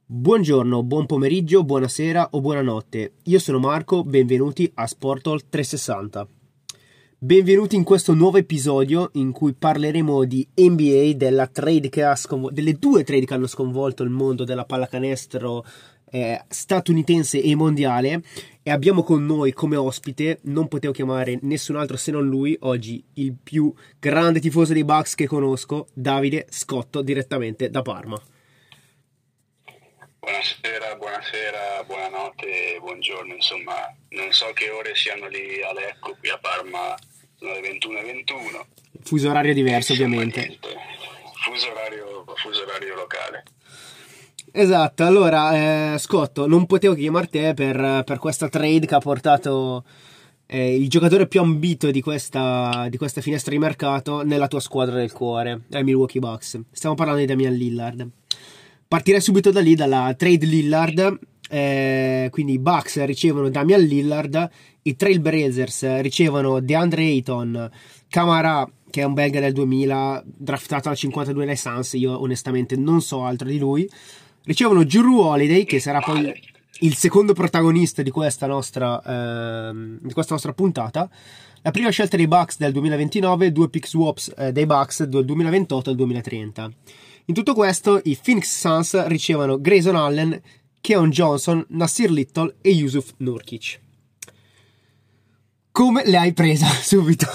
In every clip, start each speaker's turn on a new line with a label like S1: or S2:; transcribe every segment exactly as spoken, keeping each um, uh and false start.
S1: Buongiorno, buon pomeriggio, buonasera o buonanotte. Io sono Marco, benvenuti a Sportall trecentosessanta. Benvenuti in questo nuovo episodio in cui parleremo di N B A, della trade che ha sconvo- delle due trade che hanno sconvolto il mondo della pallacanestro eh, statunitense e mondiale, e abbiamo con noi come ospite, non potevo chiamare nessun altro se non lui, oggi il più grande tifoso dei Bucks che conosco, Davide Scotto, direttamente da Parma.
S2: Buonasera, buonasera, buonanotte, buongiorno, insomma, non so che ore siano lì a Lecco, qui a Parma sono le ventuno e ventuno.
S1: Fuso orario diverso,
S2: Insomma,
S1: ovviamente.
S2: niente, fuso orario, fuso orario locale.
S1: Esatto, allora eh, Scotto, non potevo chiamare te per, per questa trade che ha portato eh, il giocatore più ambito di questa, di questa finestra di mercato nella tua squadra del cuore, ai Milwaukee Bucks. Stiamo parlando di Damian Lillard. Partirei subito da lì, dalla trade Lillard. Eh, quindi i Bucks ricevono Damian Lillard, i Trailblazers ricevono DeAndre Ayton, Camara, che è un belga del duemila, draftato al cinquantadue dai Suns. Io onestamente non so altro di lui. Ricevono Jrue Holiday, che sarà poi il secondo protagonista di questa nostra, ehm, di questa nostra puntata. La prima scelta dei Bucks del duemilaventinove, due pick swaps eh, dei Bucks del duemilaventotto al duemilatrenta. In tutto questo, i Phoenix Suns ricevono Grayson Allen, Keon Johnson, Nasir Little e Yusuf Nurkic. Come le hai presa subito?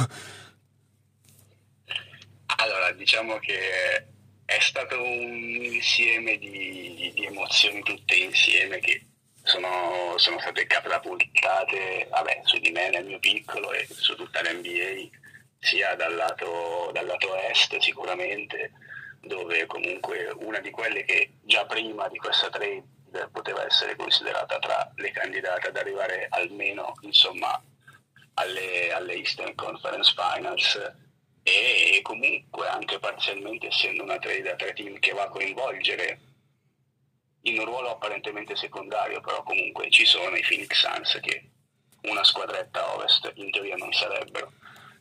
S2: Allora, diciamo che è stato un insieme di, di emozioni tutte insieme che sono, sono state catapultate, vabbè, su di me nel mio piccolo e su tutta l'N B A, sia dal lato, dal lato est sicuramente, dove comunque una di quelle che già prima di questa trade poteva essere considerata tra le candidate ad arrivare almeno, insomma, alle, alle Eastern Conference Finals, e comunque anche parzialmente essendo una trade a tre team che va a coinvolgere in un ruolo apparentemente secondario, però comunque ci sono i Phoenix Suns, che una squadretta ovest in teoria non sarebbero.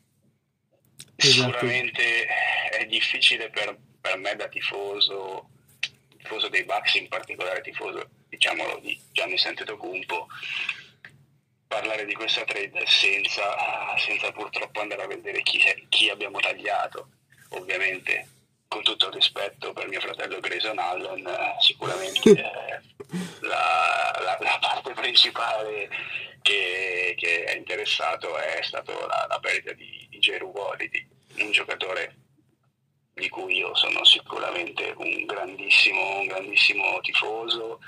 S2: Esatto. Sicuramente è difficile per, per me da tifoso, tifoso dei Bucks, in particolare tifoso, diciamolo, di Giannis Antetokounmpo, parlare di questa trade senza, senza purtroppo andare a vedere chi, chi abbiamo tagliato. Ovviamente, con tutto il rispetto per mio fratello Grayson Allen, sicuramente eh, la, la, la parte principale che, che è interessato è stata la, la perdita di, di Jrue Holiday, un giocatore di cui io sono sicuramente un grandissimo, un grandissimo tifoso,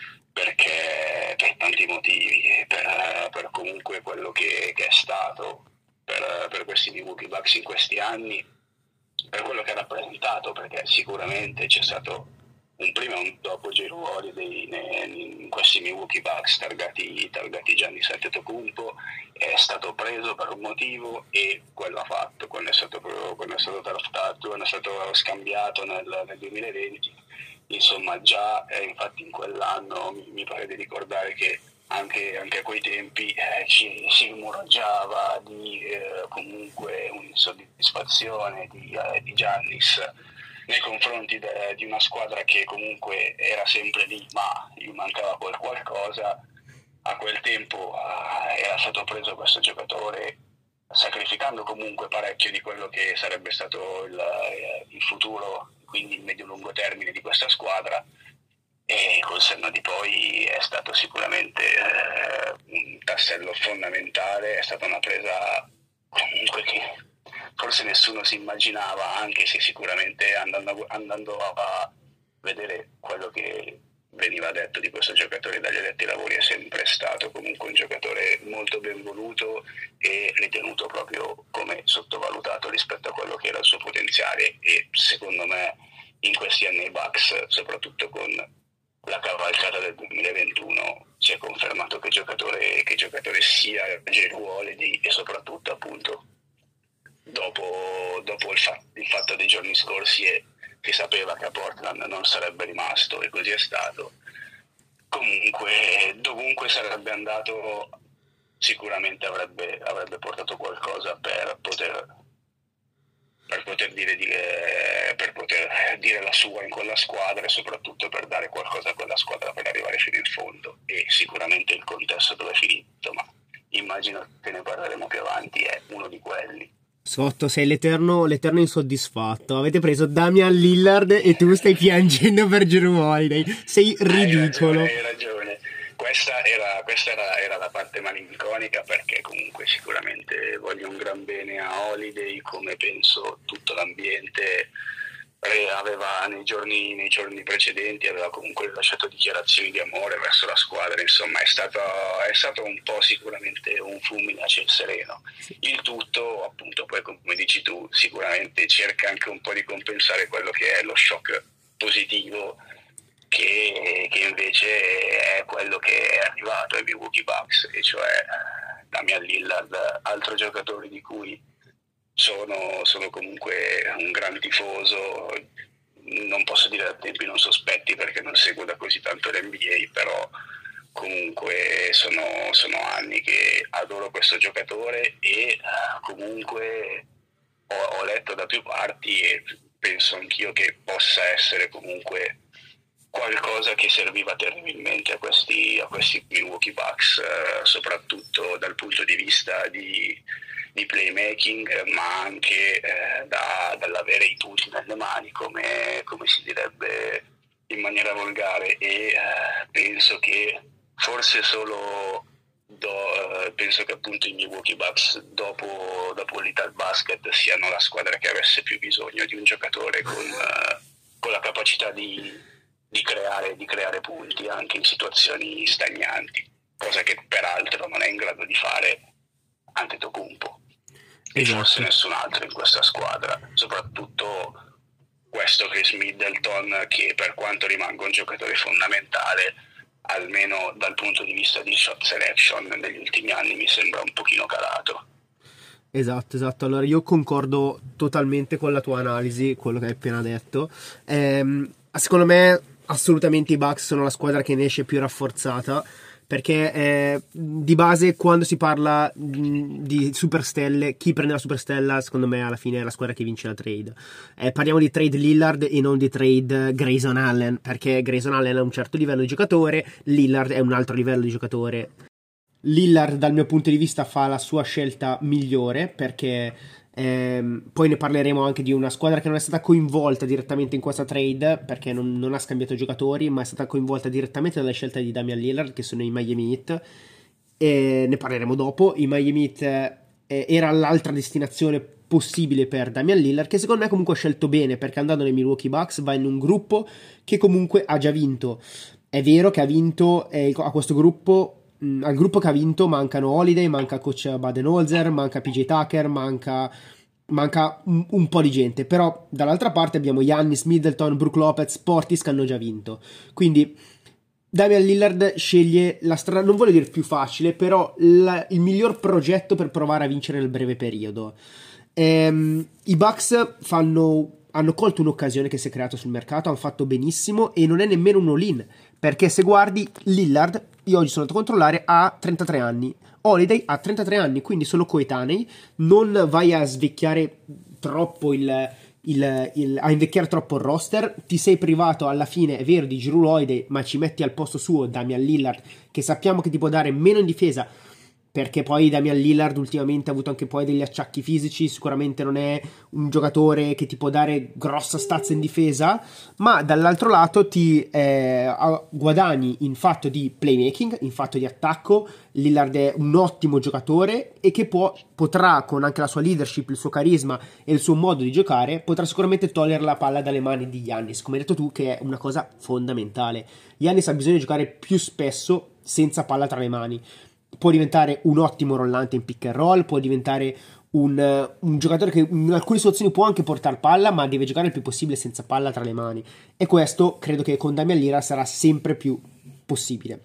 S2: perché per tanti motivi, per, per comunque quello che, che è stato per, per questi Milwaukee Bucks in questi anni, per quello che ha rappresentato, perché sicuramente c'è stato un prima e un dopo Jrue Holiday in questi Milwaukee Bucks targati, targati Giannis Antetokounmpo. È stato preso per un motivo e quello ha fatto quando è stato, quando è stato draftato, quando è stato scambiato nel, nel duemilaventi. Insomma, già eh, infatti in quell'anno mi, mi pare di ricordare che anche, anche a quei tempi eh, ci, si rumoraggiava di eh, comunque un'insoddisfazione di, eh, di Giannis nei confronti de, di una squadra che comunque era sempre lì, ma gli mancava quel qualcosa. A quel tempo eh, era stato preso questo giocatore sacrificando comunque parecchio di quello che sarebbe stato il, il futuro, quindi il medio-lungo termine di questa squadra, e col senno di poi è stato sicuramente eh, un tassello fondamentale. È stata una presa comunque che forse nessuno si immaginava, anche se sicuramente andando, andando a vedere quello che veniva detto di questo giocatore dagli addetti ai lavori, è sempre stato comunque un giocatore molto ben voluto e ritenuto proprio come sottovalutato rispetto a quello che era il suo potenziale, e secondo me in questi anni i Bucks, soprattutto con la cavalcata del duemilaventuno, si è confermato che giocatore, che giocatore sia Jrue Holiday, e soprattutto appunto dopo, dopo il, fa- il fatto dei giorni scorsi e che sapeva che a Portland non sarebbe rimasto, e così è stato. Comunque dovunque sarebbe andato sicuramente avrebbe, avrebbe portato qualcosa per poter per poter dire, dire per poter dire la sua in quella squadra, e soprattutto per dare qualcosa a quella quella squadra per arrivare fino in fondo, e sicuramente il contesto dove è finito, ma immagino che ne parleremo più avanti, è uno di quelli.
S1: Scotto, sei l'eterno, l'eterno insoddisfatto. Avete preso Damian Lillard e tu stai piangendo per Jrue Holiday. Sei ridicolo.
S2: Hai ragione, hai ragione. Questa, era, questa era, era la parte malinconica, perché comunque sicuramente voglio un gran bene a Holiday, come penso tutto l'ambiente. Aveva nei giorni, nei giorni precedenti aveva comunque rilasciato dichiarazioni di amore verso la squadra, insomma è stato, è stato un po' sicuramente un fulmine a ciel sereno. Il tutto, appunto, poi come dici tu, sicuramente cerca anche un po' di compensare quello che è lo shock positivo che, che invece è quello che è arrivato ai Milwaukee Bucks, e cioè Damian Lillard, altro giocatore di cui Sono, sono comunque un gran tifoso, non posso dire da tempi non sospetti perché non seguo da così tanto l'N B A, però comunque sono, sono anni che adoro questo giocatore, e comunque ho, ho letto da più parti e penso anch'io che possa essere comunque qualcosa che serviva terribilmente a questi, a questi Milwaukee Bucks, eh, soprattutto dal punto di vista di di playmaking, ma anche eh, da, dall'avere i punti nelle mani, come, come si direbbe in maniera volgare, e eh, penso che forse solo do, eh, penso che appunto i Milwaukee Bucks dopo, dopo l'Ital Basket siano la squadra che avesse più bisogno di un giocatore con, eh, con la capacità di, di, creare, di creare punti anche in situazioni stagnanti, cosa che peraltro non è in grado di fare Antetokounmpo. E
S1: Esatto.
S2: Forse nessun altro in questa squadra, soprattutto questo Chris Middleton, che per quanto rimanga un giocatore fondamentale, almeno dal punto di vista di shot selection negli ultimi anni mi sembra un pochino calato.
S1: Esatto, esatto. Allora io concordo totalmente con la tua analisi, quello che hai appena detto. Ehm, secondo me assolutamente i Bucks sono la squadra che ne esce più rafforzata, perché eh, di base quando si parla mh, di superstelle, chi prende la superstella secondo me alla fine è la squadra che vince la trade. Eh, parliamo di trade Lillard e non di trade Grayson Allen, perché Grayson Allen è un certo livello di giocatore, Lillard è un altro livello di giocatore. Lillard dal mio punto di vista fa la sua scelta migliore, perché ehm, poi ne parleremo anche di una squadra che non è stata coinvolta direttamente in questa trade, perché non, non ha scambiato giocatori, ma è stata coinvolta direttamente dalla scelta di Damian Lillard, che sono i Miami Heat, e ne parleremo dopo. I Miami Heat eh, era l'altra destinazione possibile per Damian Lillard, che secondo me comunque ha scelto bene, perché andando nei Milwaukee Bucks va in un gruppo che comunque ha già vinto. È vero che ha vinto eh, a questo gruppo. Al gruppo che ha vinto mancano Holiday, manca coach Baden-Holzer, manca P J Tucker, manca, manca un, un po' di gente, però dall'altra parte abbiamo Giannis, Middleton, Brook Lopez, Portis che hanno già vinto, quindi Damian Lillard sceglie la strada, non voglio dire più facile, però la, il miglior progetto per provare a vincere nel breve periodo. Ehm, i Bucks fanno hanno colto un'occasione che si è creata sul mercato, hanno fatto benissimo, e non è nemmeno un all-in, perché se guardi Lillard, io oggi sono andato a controllare, ha trentatré anni, Holiday ha trentatré anni, quindi sono coetanei, non vai a svecchiare troppo il, il, il a invecchiare troppo il roster, ti sei privato alla fine, è vero, di Jrue Holiday, ma ci metti al posto suo Damian Lillard, che sappiamo che ti può dare meno in difesa, perché poi Damian Lillard ultimamente ha avuto anche poi degli acciacchi fisici, sicuramente non è un giocatore che ti può dare grossa stazza in difesa, ma dall'altro lato ti eh, guadagni in fatto di playmaking, in fatto di attacco. Lillard è un ottimo giocatore e che può, potrà, con anche la sua leadership, il suo carisma e il suo modo di giocare, potrà sicuramente togliere la palla dalle mani di Giannis, come hai detto tu, che è una cosa fondamentale. Giannis ha bisogno di giocare più spesso senza palla tra le mani. Può diventare un ottimo rollante in pick and roll, può diventare un, un giocatore che in alcune situazioni può anche portare palla, ma deve giocare il più possibile senza palla tra le mani, e questo credo che con Damian Lillard sarà sempre più possibile.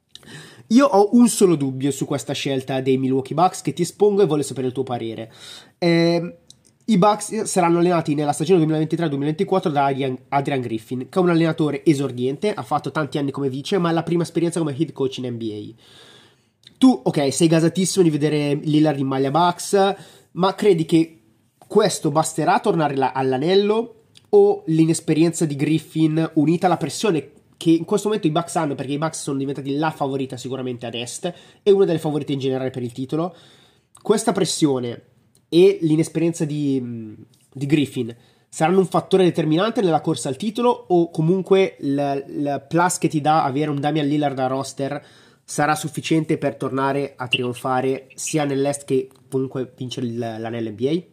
S1: Io ho un solo dubbio su questa scelta dei Milwaukee Bucks che ti espongo e voglio sapere il tuo parere. Eh, I Bucks saranno allenati nella stagione duemilaventitré duemilaventiquattro da Adrian, Adrian Griffin, che è un allenatore esordiente, ha fatto tanti anni come vice, ma ha la prima esperienza come head coach in N B A. Tu, ok, sei gasatissimo di vedere Lillard in maglia Bucks, ma credi che questo basterà a tornare la, all'anello, o l'inesperienza di Griffin unita alla pressione che in questo momento i Bucks hanno, perché i Bucks sono diventati la favorita sicuramente ad est e una delle favorite in generale per il titolo. Questa pressione e l'inesperienza di, di Griffin saranno un fattore determinante nella corsa al titolo, o comunque il, il plus che ti dà avere un Damian Lillard a roster sarà sufficiente per tornare a trionfare sia nell'est che comunque vincere il, l'anello N B A?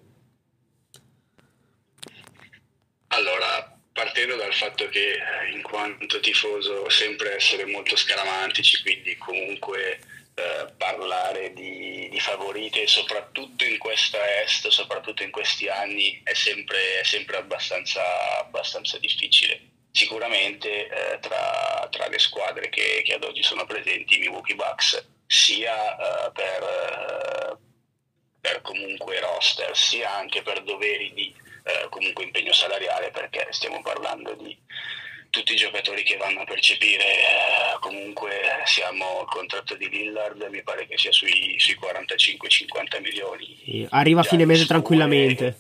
S2: Allora, partendo dal fatto che in quanto tifoso sempre essere molto scaramantici, quindi comunque eh, parlare di, di favorite, soprattutto in questa est, soprattutto in questi anni, è sempre, è sempre abbastanza, abbastanza difficile. Sicuramente eh, tra, tra le squadre che, che ad oggi sono presenti, i Milwaukee Bucks, sia eh, per, eh, per comunque roster, sia anche per doveri di Eh, comunque impegno salariale, perché stiamo parlando di tutti i giocatori che vanno a percepire, eh, comunque siamo al contratto di Lillard, mi pare che sia sui, sui quarantacinque cinquanta milioni.
S1: Sì, arriva a fine mese tranquillamente.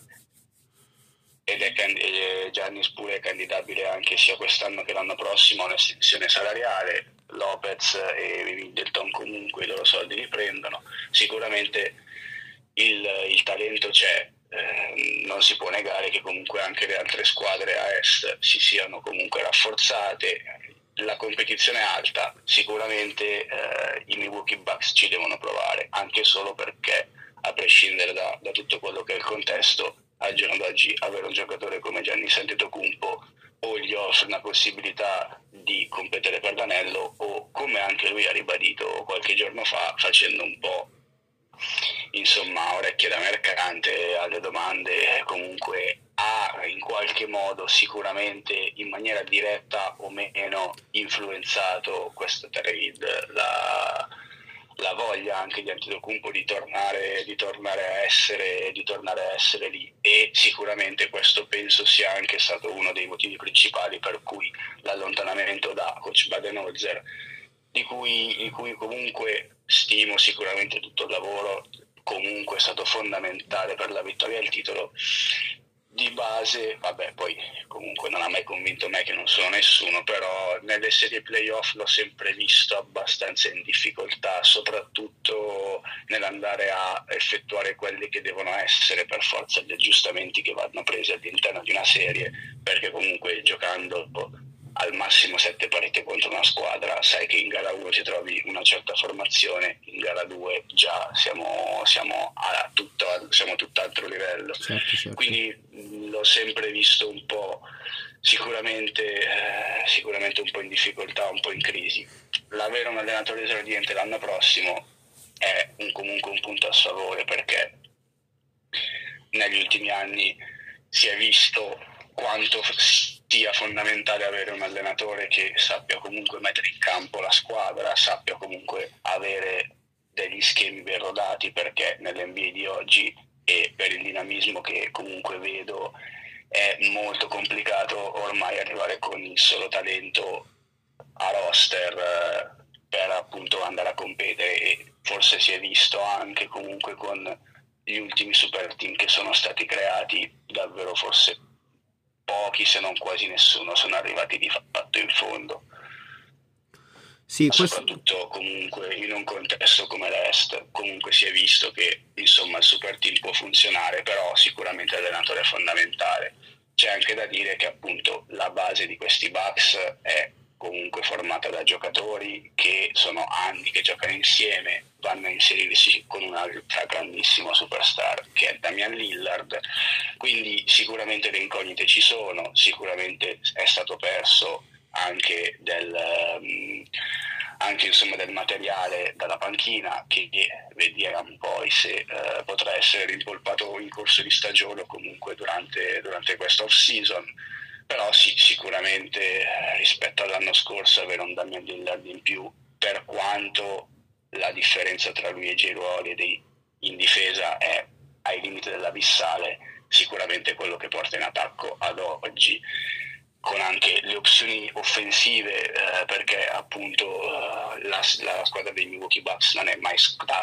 S2: Ed è candid- Giannis pure è candidabile anche sia quest'anno che l'anno prossimo a un'estensione salariale. Lopez e Middleton comunque i loro soldi li prendono. Sicuramente il, il talento c'è. Eh, non si può negare che comunque anche le altre squadre a est si siano comunque rafforzate, la competizione è alta, sicuramente eh, i Milwaukee Bucks ci devono provare, anche solo perché, a prescindere da, da tutto quello che è il contesto, al giorno d'oggi avere un giocatore come Giannis Antetokounmpo o gli offre una possibilità di competere per l'anello, o come anche lui ha ribadito qualche giorno fa facendo un po' insomma orecchie da mercante alle domande, comunque ha in qualche modo sicuramente in maniera diretta o meno influenzato questo trade, la, la voglia anche di Antetokounmpo di tornare, di tornare a essere di tornare a essere lì, e sicuramente questo penso sia anche stato uno dei motivi principali per cui l'allontanamento da coach Budenholzer, di cui, di cui comunque stimo sicuramente tutto il lavoro, comunque è stato fondamentale per la vittoria del titolo. Di base, vabbè, poi comunque non ha mai convinto me, che non sono nessuno, però nelle serie playoff l'ho sempre visto abbastanza in difficoltà, soprattutto nell'andare a effettuare quelli che devono essere per forza gli aggiustamenti che vanno presi all'interno di una serie, perché comunque giocando al massimo sette partite contro una squadra, sai che in gara uno ti trovi una certa formazione, in gara due già siamo, siamo a tutto, siamo tutt'altro livello.
S1: Certo, certo.
S2: Quindi mh, l'ho sempre visto un po' sicuramente, eh, sicuramente un po' in difficoltà, un po' in crisi. L'avere un allenatore esordiente l'anno prossimo è un, comunque un punto a sfavore, perché negli ultimi anni si è visto quanto sia fondamentale avere un allenatore che sappia comunque mettere in campo la squadra, sappia comunque avere degli schemi ben rodati, perché nell'N B A di oggi e per il dinamismo che comunque vedo è molto complicato ormai arrivare con il solo talento a roster eh, per appunto andare a competere, e forse si è visto anche comunque con gli ultimi super team che sono stati creati, davvero forse pochi se non quasi nessuno sono arrivati di fatto in fondo.
S1: Sì, questo...
S2: soprattutto comunque in un contesto come l'Est comunque si è visto che insomma il super team può funzionare, però sicuramente l'allenatore è fondamentale. C'è anche da dire che appunto la base di questi Bucks è comunque formata da giocatori che sono anni che giocano insieme, vanno a inserirsi con una grandissima superstar che è Damian Lillard, quindi sicuramente le incognite ci sono, sicuramente è stato perso anche del um, anche insomma del materiale dalla panchina, che vediamo poi se uh, potrà essere rimpolpato in corso di stagione o comunque durante, durante questa off season. Però sì, sicuramente rispetto all'anno scorso avere un Damian Lillard in più, per quanto la differenza tra lui e Jrue Holiday in difesa è ai limiti dell'abissale, sicuramente quello che porta in attacco ad oggi, con anche le opzioni offensive, eh, perché appunto eh, la, la squadra dei Milwaukee Bucks non è mai stata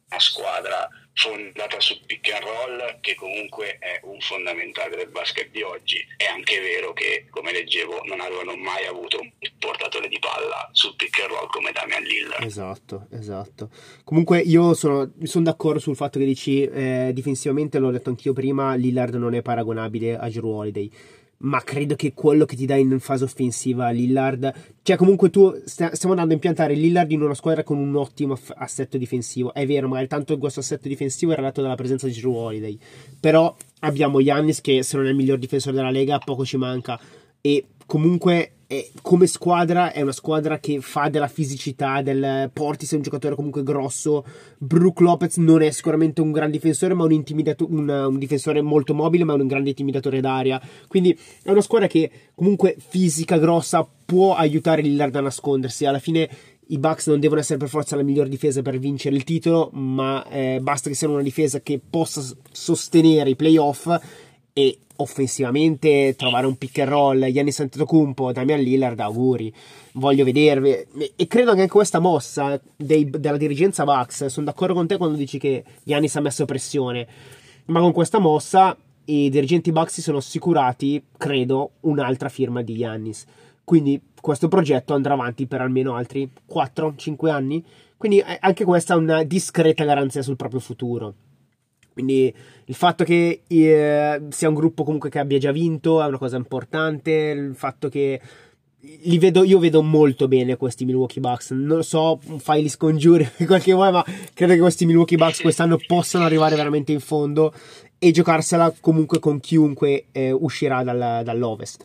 S2: una squadra fondata sul pick and roll, che comunque è un fondamentale del basket di oggi. È anche vero che, come leggevo, non avevano mai avuto un portatore di palla sul pick and roll come Damian Lillard.
S1: Esatto, esatto. Comunque io sono, sono d'accordo sul fatto che dici eh, difensivamente, l'ho detto anch'io prima, Lillard non è paragonabile a Jrue Holiday, ma credo che quello che ti dà in fase offensiva Lillard, cioè comunque tu st- stiamo andando a impiantare Lillard in una squadra con un ottimo aff- assetto difensivo. È vero, magari tanto questo assetto difensivo è dato dalla presenza di Jrue Holiday, però abbiamo Giannis che, se non è il miglior difensore della Lega, poco ci manca, e comunque è, come squadra è una squadra che fa della fisicità, del Portis è un giocatore comunque grosso. Brook Lopez non è sicuramente un gran difensore, ma un, intimidato- un, un difensore molto mobile, ma un grande intimidatore d'aria. Quindi è una squadra che comunque fisica, grossa, può aiutare Lillard a nascondersi. Alla fine i Bucks non devono essere per forza la miglior difesa per vincere il titolo, ma eh, basta che siano una difesa che possa sostenere i playoff, e offensivamente trovare un pick and roll, Giannis Antetokounmpo, Damian Lillard, auguri, voglio vedervi. E credo che anche questa mossa dei, della dirigenza Bucks, sono d'accordo con te quando dici che Giannis ha messo pressione, ma con questa mossa i dirigenti Bucks si sono assicurati, credo, un'altra firma di Giannis, quindi questo progetto andrà avanti per almeno altri quattro cinque anni, quindi anche questa è una discreta garanzia sul proprio futuro. Quindi il fatto che eh, sia un gruppo comunque che abbia già vinto è una cosa importante. Il fatto che li vedo, io vedo molto bene questi Milwaukee Bucks. Non lo so, fai gli scongiuri qualche vuoi, ma credo che questi Milwaukee Bucks quest'anno possano arrivare veramente in fondo e giocarsela comunque con chiunque eh, uscirà dal, dall'Ovest.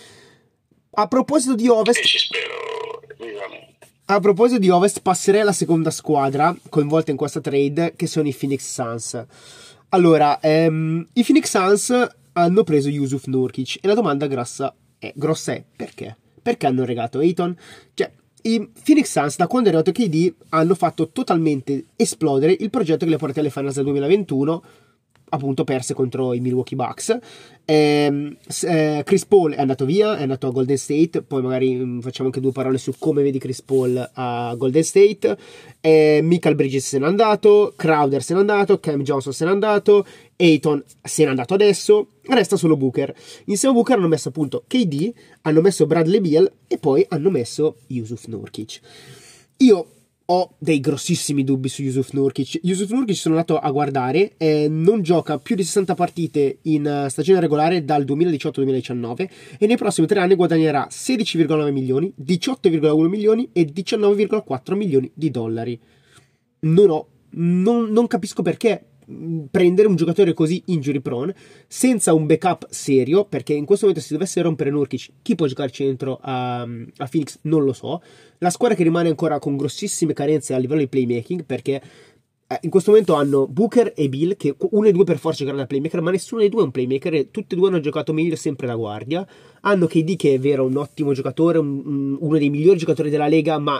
S1: A proposito di Ovest,
S2: e ci spero vivamente.
S1: A proposito di Ovest, passerei alla seconda squadra coinvolta in questa trade, che sono i Phoenix Suns. Allora, ehm, i Phoenix Suns hanno preso Yusuf Nurkic, e la domanda grossa è, grossa è perché? Perché hanno regato Ayton? Cioè, i Phoenix Suns, da quando è arrivato K D, hanno fatto totalmente esplodere il progetto che li ha portati alle finals del duemilaventuno, appunto perse contro i Milwaukee Bucks. Eh, eh, Chris Paul è andato via, è andato a Golden State, poi magari mh, facciamo anche due parole su come vedi Chris Paul a Golden State. eh, Michael Bridges se n'è andato, Crowder se n'è andato, Cam Johnson se n'è andato, Ayton se n'è andato adesso, resta solo Booker. Insieme a Booker hanno messo appunto K D, hanno messo Bradley Beal e poi hanno messo Yusuf Nurkic. Io ho dei grossissimi dubbi su Yusuf Nurkic. Yusuf Nurkic sono andato a guardare, eh, non gioca più di sessanta partite in uh, stagione regolare dal duemiladiciotto duemiladiciannove, e nei prossimi tre anni guadagnerà sedici virgola nove milioni, diciotto virgola uno milioni e diciannove virgola quattro milioni di dollari. Non ho, non, non capisco perché prendere un giocatore così injury prone senza un backup serio, perché in questo momento, se dovesse rompere Nurkic, chi può giocare centro a, a Phoenix non lo so. La squadra che rimane ancora con grossissime carenze a livello di playmaking, perché eh, in questo momento hanno Booker e Bill, che uno e due per forza giocano da playmaker, ma nessuno dei due è un playmaker, e tutti e due hanno giocato meglio sempre da guardia. Hanno K D, che è vero, un ottimo giocatore, un, uno dei migliori giocatori della Lega, ma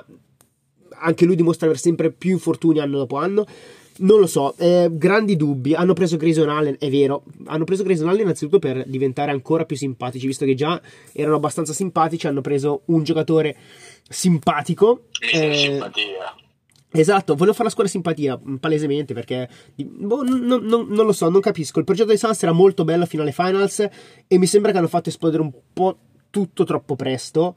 S1: anche lui dimostra di avere sempre più infortuni anno dopo anno. Non lo so, eh, grandi dubbi. Hanno preso Grayson Allen, è vero, hanno preso Grayson Allen innanzitutto per diventare ancora più simpatici, visto che già erano abbastanza simpatici. Hanno preso un giocatore simpatico,
S2: eh,
S1: simpatia. Esatto, voglio fare la squadra simpatia, palesemente, perché boh, non, non, non lo so, non capisco. Il progetto dei Suns era molto bello fino alle finals, e mi sembra che hanno fatto esplodere un po' tutto troppo presto,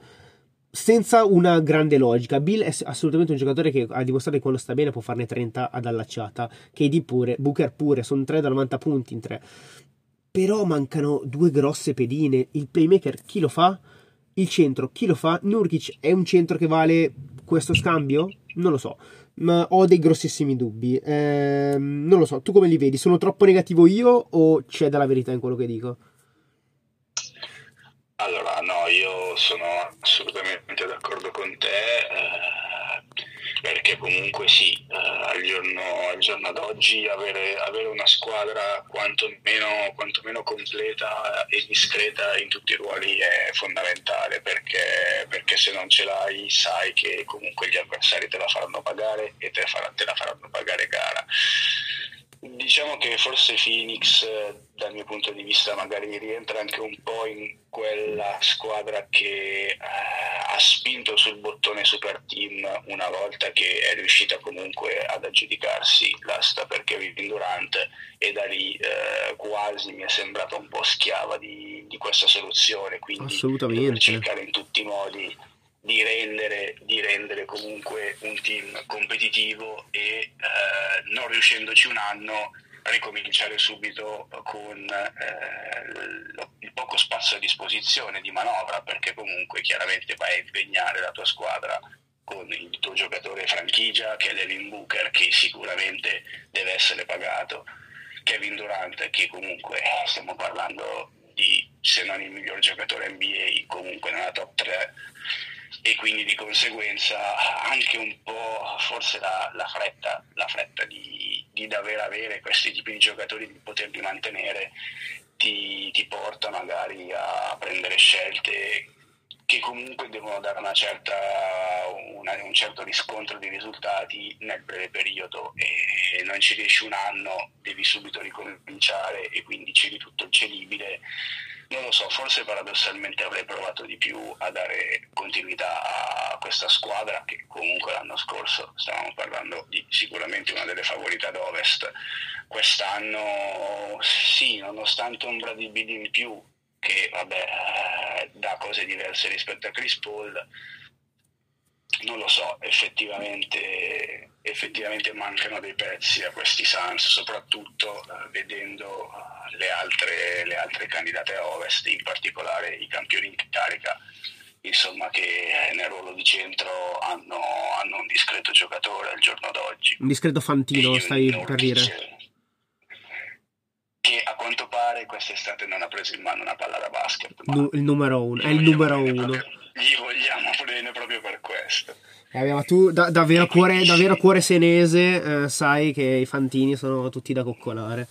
S1: senza una grande logica. Bill è assolutamente un giocatore che ha dimostrato che quando sta bene può farne trenta ad allacciata, K D pure, Booker pure, sono tre da novanta punti in tre, però mancano due grosse pedine. Il playmaker chi lo fa? Il centro chi lo fa? Nurkic è un centro che vale questo scambio? Non lo so, ma ho dei grossissimi dubbi. ehm, non lo so, tu come li vedi? Sono troppo negativo io o c'è della verità in quello che dico?
S2: Allora, no, io sono assolutamente d'accordo con te, eh, perché comunque sì, eh, al, giorno, al giorno d'oggi avere, avere una squadra quantomeno, quantomeno completa e discreta in tutti i ruoli è fondamentale, perché, perché se non ce l'hai sai che comunque gli avversari te la faranno pagare, e te, farà, te la faranno pagare cara. Diciamo che forse Phoenix, dal mio punto di vista, magari rientra anche un po' in quella squadra che eh, ha spinto sul bottone soluzione super team una volta che è riuscita comunque ad aggiudicarsi l'asta per Kevin Durant, e da lì eh, quasi mi è sembrata un po' schiava di, di questa soluzione, quindi
S1: assolutamente
S2: per cercare in tutti i modi di rendere, di rendere comunque un team competitivo e eh, non riuscendoci un anno ricominciare subito con eh, il poco spazio a disposizione di manovra, perché comunque chiaramente vai a impegnare la tua squadra con il tuo giocatore franchigia che è Devin Booker, che sicuramente deve essere pagato, Kevin Durant, che comunque stiamo parlando di, se non il miglior giocatore N B A, comunque nella top tre, e quindi di conseguenza anche un po' forse la, la fretta, la fretta di, di dover avere questi tipi di giocatori, di poterli mantenere, ti, ti porta magari a prendere scelte che comunque devono dare una certa, una, un certo riscontro di risultati nel breve periodo, e non ci riesci un anno, devi subito ricominciare e quindi cedi tutto il cedibile. Non lo so, forse paradossalmente avrei provato di più a dare continuità a questa squadra, che comunque l'anno scorso stavamo parlando di sicuramente una delle favorite ad Ovest. Quest'anno sì, nonostante un Bradley Beal in più, che vabbè dà cose diverse rispetto a Chris Paul, non lo so, effettivamente effettivamente mancano dei pezzi a questi Suns, soprattutto eh, vedendo le altre, le altre candidate a Ovest, in particolare i campioni in carica, insomma, che nel ruolo di centro hanno, hanno un discreto giocatore al giorno d'oggi.
S1: Un discreto fantino, stai per dire?
S2: Che a quanto pare quest'estate non ha preso in mano una palla da basket. Ma
S1: Nu- il numero uno, è il numero uno.
S2: Proprio, gli vogliamo bene proprio per questo.
S1: E abbiamo tu, da, davvero, cuore, davvero cuore senese, eh, sai che i fantini sono tutti da coccolare.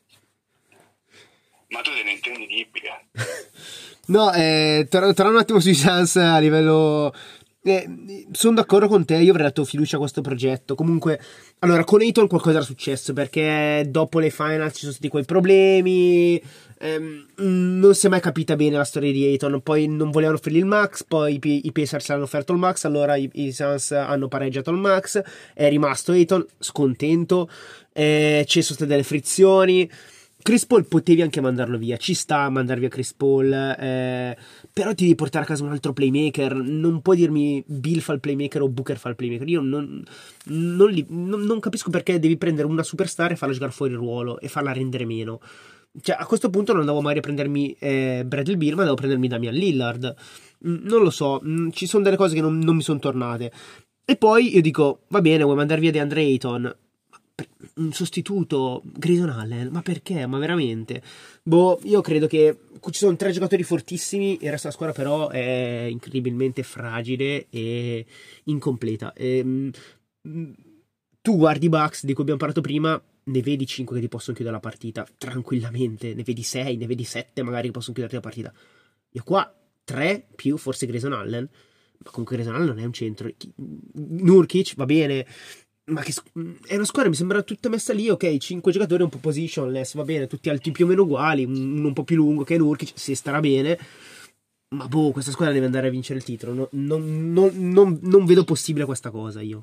S2: Ma tu te ne intendi di Ippica?
S1: No, eh, tornando un attimo sui Suns a livello... Eh, sono d'accordo con te, io avrei dato fiducia a questo progetto. Comunque, allora, con Ayton qualcosa era successo, perché dopo le finals ci sono stati quei problemi, ehm, non si è mai capita bene la storia di Ayton. Poi non volevano offrirgli il max, poi i, i Pacers hanno offerto il max, allora i, i Suns hanno pareggiato il max, è rimasto Ayton scontento, eh, ci sono state delle frizioni. Chris Paul potevi anche mandarlo via, ci sta a mandare via Chris Paul, eh, però ti devi portare a casa un altro playmaker. Non puoi dirmi Bill fa il playmaker o Booker fa il playmaker. Io non, non, li, non, non capisco perché devi prendere una superstar e farla giocare fuori il ruolo e farla rendere meno. Cioè, a questo punto non andavo mai a prendermi eh, Bradley Beal, ma devo prendermi Damian Lillard. Mm, non lo so, mm, ci sono delle cose che non, non mi sono tornate. E poi io dico, va bene, vuoi mandare via DeAndre Ayton? Un sostituto, Grayson Allen, ma perché? Ma veramente? Boh, io credo che ci sono tre giocatori fortissimi, il resto della squadra però è incredibilmente fragile e incompleta. E, tu guardi i Bucks di cui abbiamo parlato prima, ne vedi cinque che ti possono chiudere la partita tranquillamente, ne vedi sei, ne vedi sette magari che possono chiuderti la partita. Io qua tre più forse Grayson Allen, ma comunque Grayson Allen non è un centro. Nurkic va bene, ma che è una squadra, mi sembra tutta messa lì, ok, cinque giocatori un po' positionless, va bene, tutti alti più o meno uguali, uno un po' più lungo che Nurkic, si starà bene, ma boh, questa squadra deve andare a vincere il titolo, no, non, non, non, non vedo possibile questa cosa io.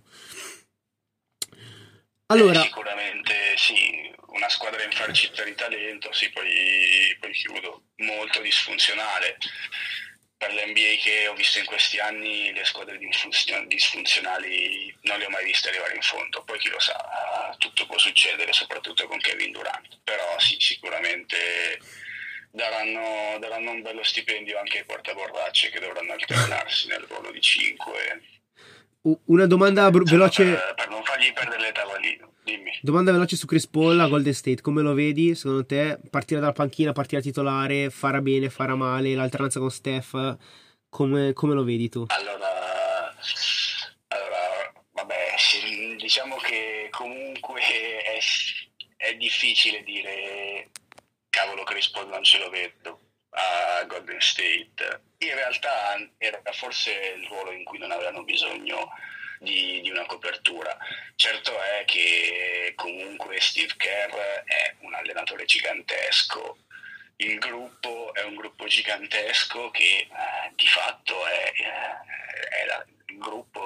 S1: Allora,
S2: eh, sicuramente sì, una squadra infarcita di talento, sì, poi, poi chiudo, molto disfunzionale. Per l'N B A che ho visto in questi anni, le squadre disfunzionali non le ho mai viste arrivare in fondo. Poi chi lo sa, tutto può succedere, soprattutto con Kevin Durant. Però sì, sicuramente daranno, daranno un bello stipendio anche ai portaborracce, che dovranno alternarsi nel ruolo di cinque.
S1: Una domanda br- veloce
S2: per, per non fargli perdere le tavoline. Dimmi.
S1: Domanda veloce su Chris Paul a Golden State, come lo vedi secondo te? Partire dalla panchina, partire da titolare, farà bene, farà male, l'alternanza con Steph, come, come lo vedi tu?
S2: Allora, allora vabbè, diciamo che comunque è, è difficile dire cavolo Chris Paul non ce lo vedo a Golden State. In realtà era forse il ruolo in cui non avevano bisogno Di, di una copertura. Certo è che comunque Steve Kerr è un allenatore gigantesco, il gruppo è un gruppo gigantesco che eh, di fatto è, è la, il gruppo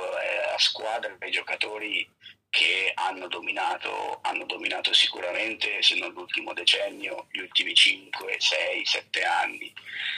S2: squadra e i giocatori che hanno dominato, hanno dominato sicuramente, se non l'ultimo decennio, gli ultimi cinque, sei, sette anni.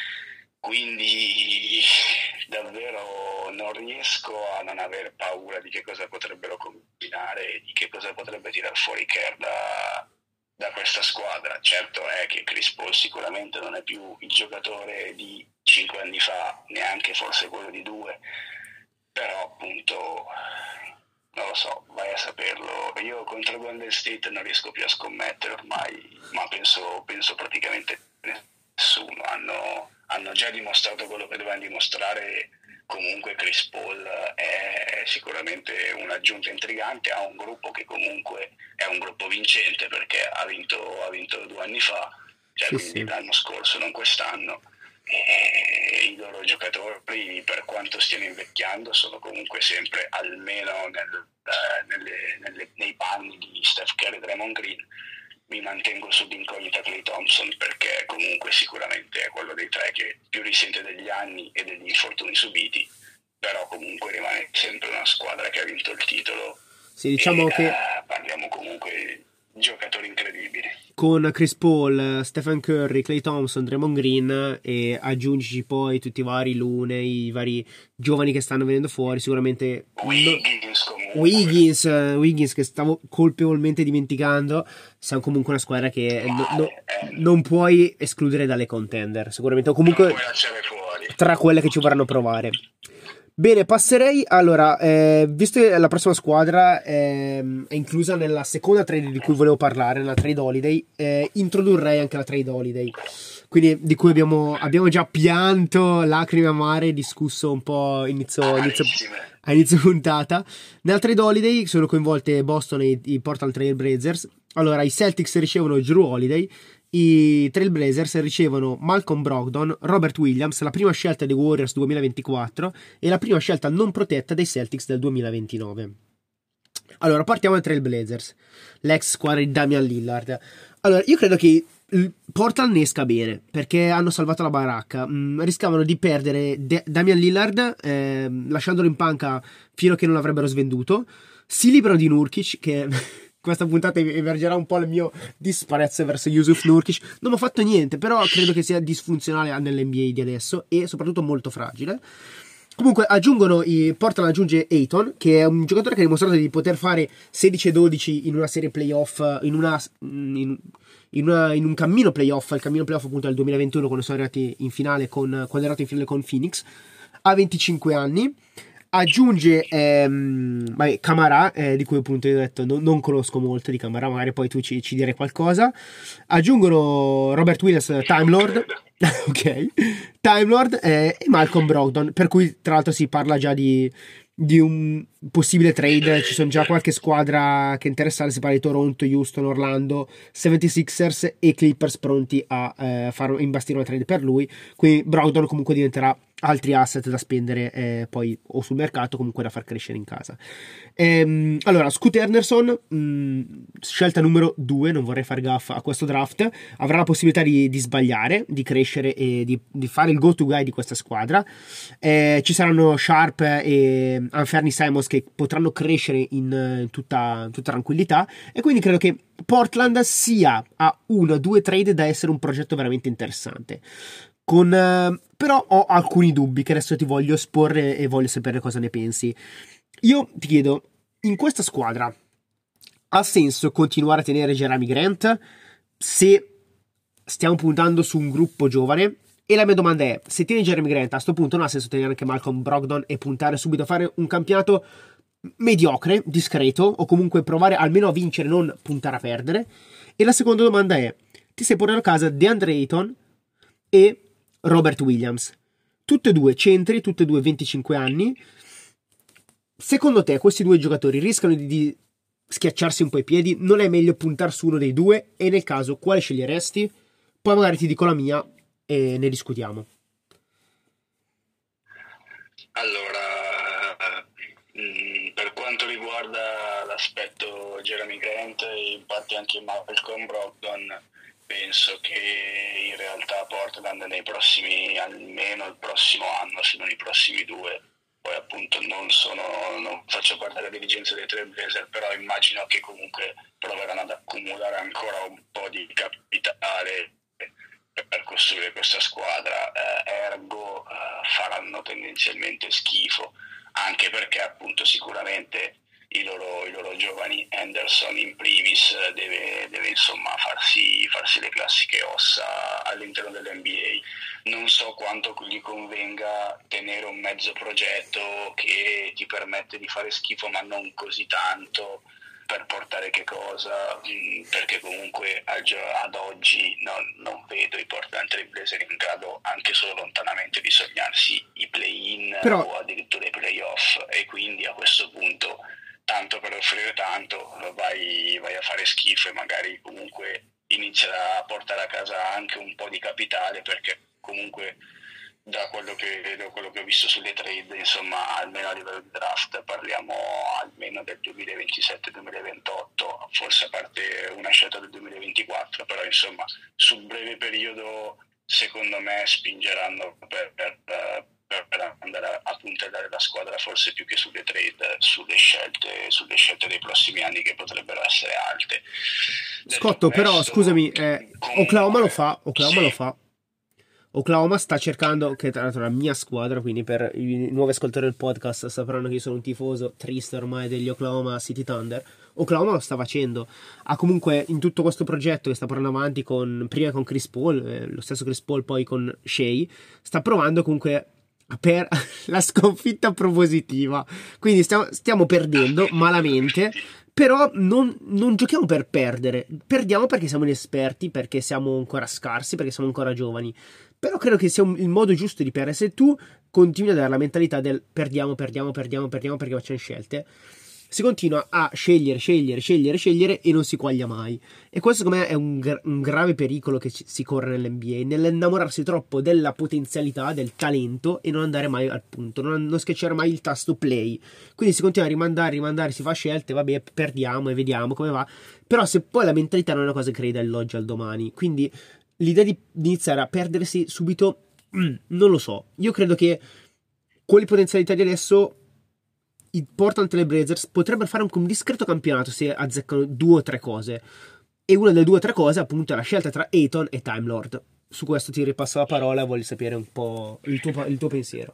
S2: Quindi davvero non riesco a non aver paura di che cosa potrebbero combinare, di che cosa potrebbe tirar fuori Kerr da, da questa squadra. Certo è che Chris Paul sicuramente non è più il giocatore di cinque anni fa, neanche forse quello di due, però appunto non lo so, vai a saperlo. Io contro Golden State non riesco più a scommettere ormai, ma penso, penso praticamente nessuno. Hanno, hanno già dimostrato quello che dovevano dimostrare. Comunque Chris Paul è sicuramente un'aggiunta intrigante a un gruppo che comunque è un gruppo vincente, perché ha vinto, ha vinto due anni fa, cioè
S1: Sì,
S2: quindi
S1: sì.
S2: l'anno scorso, non quest'anno. E i loro giocatori, per quanto stiano invecchiando, sono comunque sempre almeno nel, eh, nelle, nelle, nei panni di Steph Curry e Draymond Green. Mi mantengo sull'incognita Klay Thompson, perché comunque sicuramente è quello dei tre che più risente degli anni e degli infortuni subiti, però comunque rimane sempre una squadra che ha vinto il titolo.
S1: Sì, diciamo
S2: e
S1: che
S2: eh, parliamo comunque di giocatori incredibili.
S1: con Chris Paul, Stephen Curry, Klay Thompson, Draymond Green e aggiungici poi tutti i vari Lune, i vari giovani che stanno venendo fuori, sicuramente
S2: Wiggins comunque.
S1: Wiggins, eh, Wiggins che stavo colpevolmente dimenticando, siamo comunque una squadra che no- no- non puoi escludere dalle contender, sicuramente, o comunque
S2: Non puoi lasciare fuori.
S1: tra quelle che ci vorranno provare. Bene, passerei allora, eh, visto che la prossima squadra ehm, è inclusa nella seconda trade di cui volevo parlare, nella trade holiday, eh, introdurrei anche la trade holiday, quindi di cui abbiamo, abbiamo già pianto, lacrime amare, discusso un po' inizio, inizio, a inizio puntata. Nella trade holiday sono coinvolte Boston e i Portland Trail Blazers. Allora, i Celtics ricevono Jrue Holiday, i Trailblazers ricevono Malcolm Brogdon, Robert Williams, la prima scelta dei Warriors duemilaventiquattro e la prima scelta non protetta dei Celtics del duemilaventinove. Allora, partiamo dai Trailblazers, l'ex squadra di Damian Lillard. Allora, io credo che il Portland ne esca bene, perché hanno salvato la baracca. Mm, rischiavano di perdere De- Damian Lillard, eh, lasciandolo in panca fino a che non l'avrebbero svenduto. Si liberano di Nurkic, che questa puntata emergerà un po' il mio disprezzo verso Yusuf Nurkic. Non ho fatto niente, però credo che sia disfunzionale nell'N B A di adesso e soprattutto molto fragile. Comunque aggiungono i Portland aggiunge Ayton, che è un giocatore che ha dimostrato di poter fare sedici e dodici in una serie playoff, in una in, in, una, in un cammino playoff, il cammino playoff appunto del duemilaventuno, quando sono arrivati in finale con quando è arrivato in finale con Phoenix. Ha venticinque anni. Aggiunge ehm, vabbè, Camara, eh, di cui appunto io ho detto non, non conosco molto di Camara, magari poi tu ci, ci direi qualcosa. Aggiungono Robert Williams, Time Lord, ok, Time Lord eh, e Malcolm Brogdon, per cui tra l'altro si parla già di, di un possibile trade. Ci sono già qualche squadra che è interessata, si parla di Toronto, Houston, Orlando, settantasei ers e Clippers pronti a eh, far imbastire una trade per lui, quindi Brogdon comunque diventerà altri asset da spendere eh, poi o sul mercato, comunque da far crescere in casa. Ehm, allora, Scoot Henderson, mh, scelta numero due, non vorrei far gaffa a questo draft, avrà la possibilità di, di sbagliare, di crescere e di, di fare il go-to guy di questa squadra. Eh, ci saranno Sharp e Anthony Simons che potranno crescere in tutta, tutta tranquillità, e quindi credo che Portland sia a uno o due trade da essere un progetto veramente interessante. Con, eh, però ho alcuni dubbi che adesso ti voglio esporre e voglio sapere cosa ne pensi. Io ti chiedo, in questa squadra ha senso continuare a tenere Jeremy Grant se stiamo puntando su un gruppo giovane? E la mia domanda è, se tieni Jeremy Grant, a sto punto non ha senso tenere anche Malcolm Brogdon e puntare subito a fare un campionato mediocre, discreto, o comunque provare almeno a vincere, non puntare a perdere? E la seconda domanda è, ti sei portato a casa DeAndre Ayton e Robert Williams, tutte e due centri, tutte e due venticinque anni. Secondo te questi due giocatori rischiano di, di schiacciarsi un po' i piedi? Non è meglio puntare su uno dei due? E nel caso quale sceglieresti? Poi magari ti dico la mia e ne discutiamo.
S2: Allora, mh, per quanto riguarda l'aspetto Jeremy Grant e infatti anche Malcolm Brogdon, penso che in realtà Portland nei prossimi, almeno il prossimo anno, se non i prossimi due, poi appunto non sono, non faccio parte della dirigenza dei Trailblazer, però immagino che comunque proveranno ad accumulare ancora un po' di capitale per costruire questa squadra, eh, ergo eh, faranno tendenzialmente schifo, anche perché appunto sicuramente i loro, i loro giovani, Henderson in primis, deve, deve insomma farsi, farsi le classiche ossa all'interno dell'N B A. Non so quanto gli convenga tenere un mezzo progetto che ti permette di fare schifo ma non così tanto, per portare che cosa, perché comunque ad oggi non, non vedo i Portland Trail Blazer in grado anche solo lontanamente di sognarsi i play-in
S1: Però...
S2: o addirittura i play-off, e quindi a questo punto tanto per offrire tanto vai, vai a fare schifo e magari comunque inizia a portare a casa anche un po' di capitale, perché comunque da quello che, da quello che ho visto sulle trade, insomma, almeno a livello di draft parliamo almeno del duemilaventisette duemilaventotto, forse a parte una scelta del duemilaventiquattro, però insomma sul breve periodo secondo me spingeranno per, per, per andare a puntellare la squadra, forse più che sulle trade, sulle scelte, sulle scelte dei prossimi anni, che potrebbero essere alte.
S1: Scotto, però questo, scusami, eh, comunque, Oklahoma lo fa, Oklahoma sì. lo fa. Oklahoma sta cercando, che tra l'altro è la mia squadra, quindi per i nuovi ascoltatori del podcast sapranno che io sono un tifoso triste ormai degli Oklahoma City Thunder. Oklahoma lo sta facendo, ha comunque in tutto questo progetto che sta portando avanti con, prima con Chris Paul, eh, lo stesso Chris Paul poi con Shea, sta provando comunque per la sconfitta propositiva, quindi stiamo, stiamo perdendo malamente. Però non, non giochiamo per perdere, perdiamo perché siamo inesperti, perché siamo ancora scarsi, perché siamo ancora giovani. Però credo che sia un, il modo giusto di perdere. Se tu continui a dare la mentalità del perdiamo, perdiamo, perdiamo, perdiamo perché facciamo scelte, si continua a scegliere, scegliere, scegliere, scegliere e non si quaglia mai. E questo secondo me è un, gra- un grave pericolo che ci, si corre nell'N B A, nell'innamorarsi troppo della potenzialità, del talento e non andare mai al punto, non, non schiacciare mai il tasto play. Quindi si continua a rimandare, rimandare, si fa scelte, vabbè, perdiamo e vediamo come va. Però se poi la mentalità non è una cosa che crei dall'oggi al domani, quindi l'idea di, di iniziare a perdersi subito, mm, non lo so. Io credo che con le potenzialità di adesso i Portland Trail Blazers potrebbero fare un discreto campionato se azzeccano due o tre cose, e una delle due o tre cose appunto è la scelta tra Ayton e Time Lord. Su questo ti ripasso la parola e voglio sapere un po' il tuo, il tuo pensiero.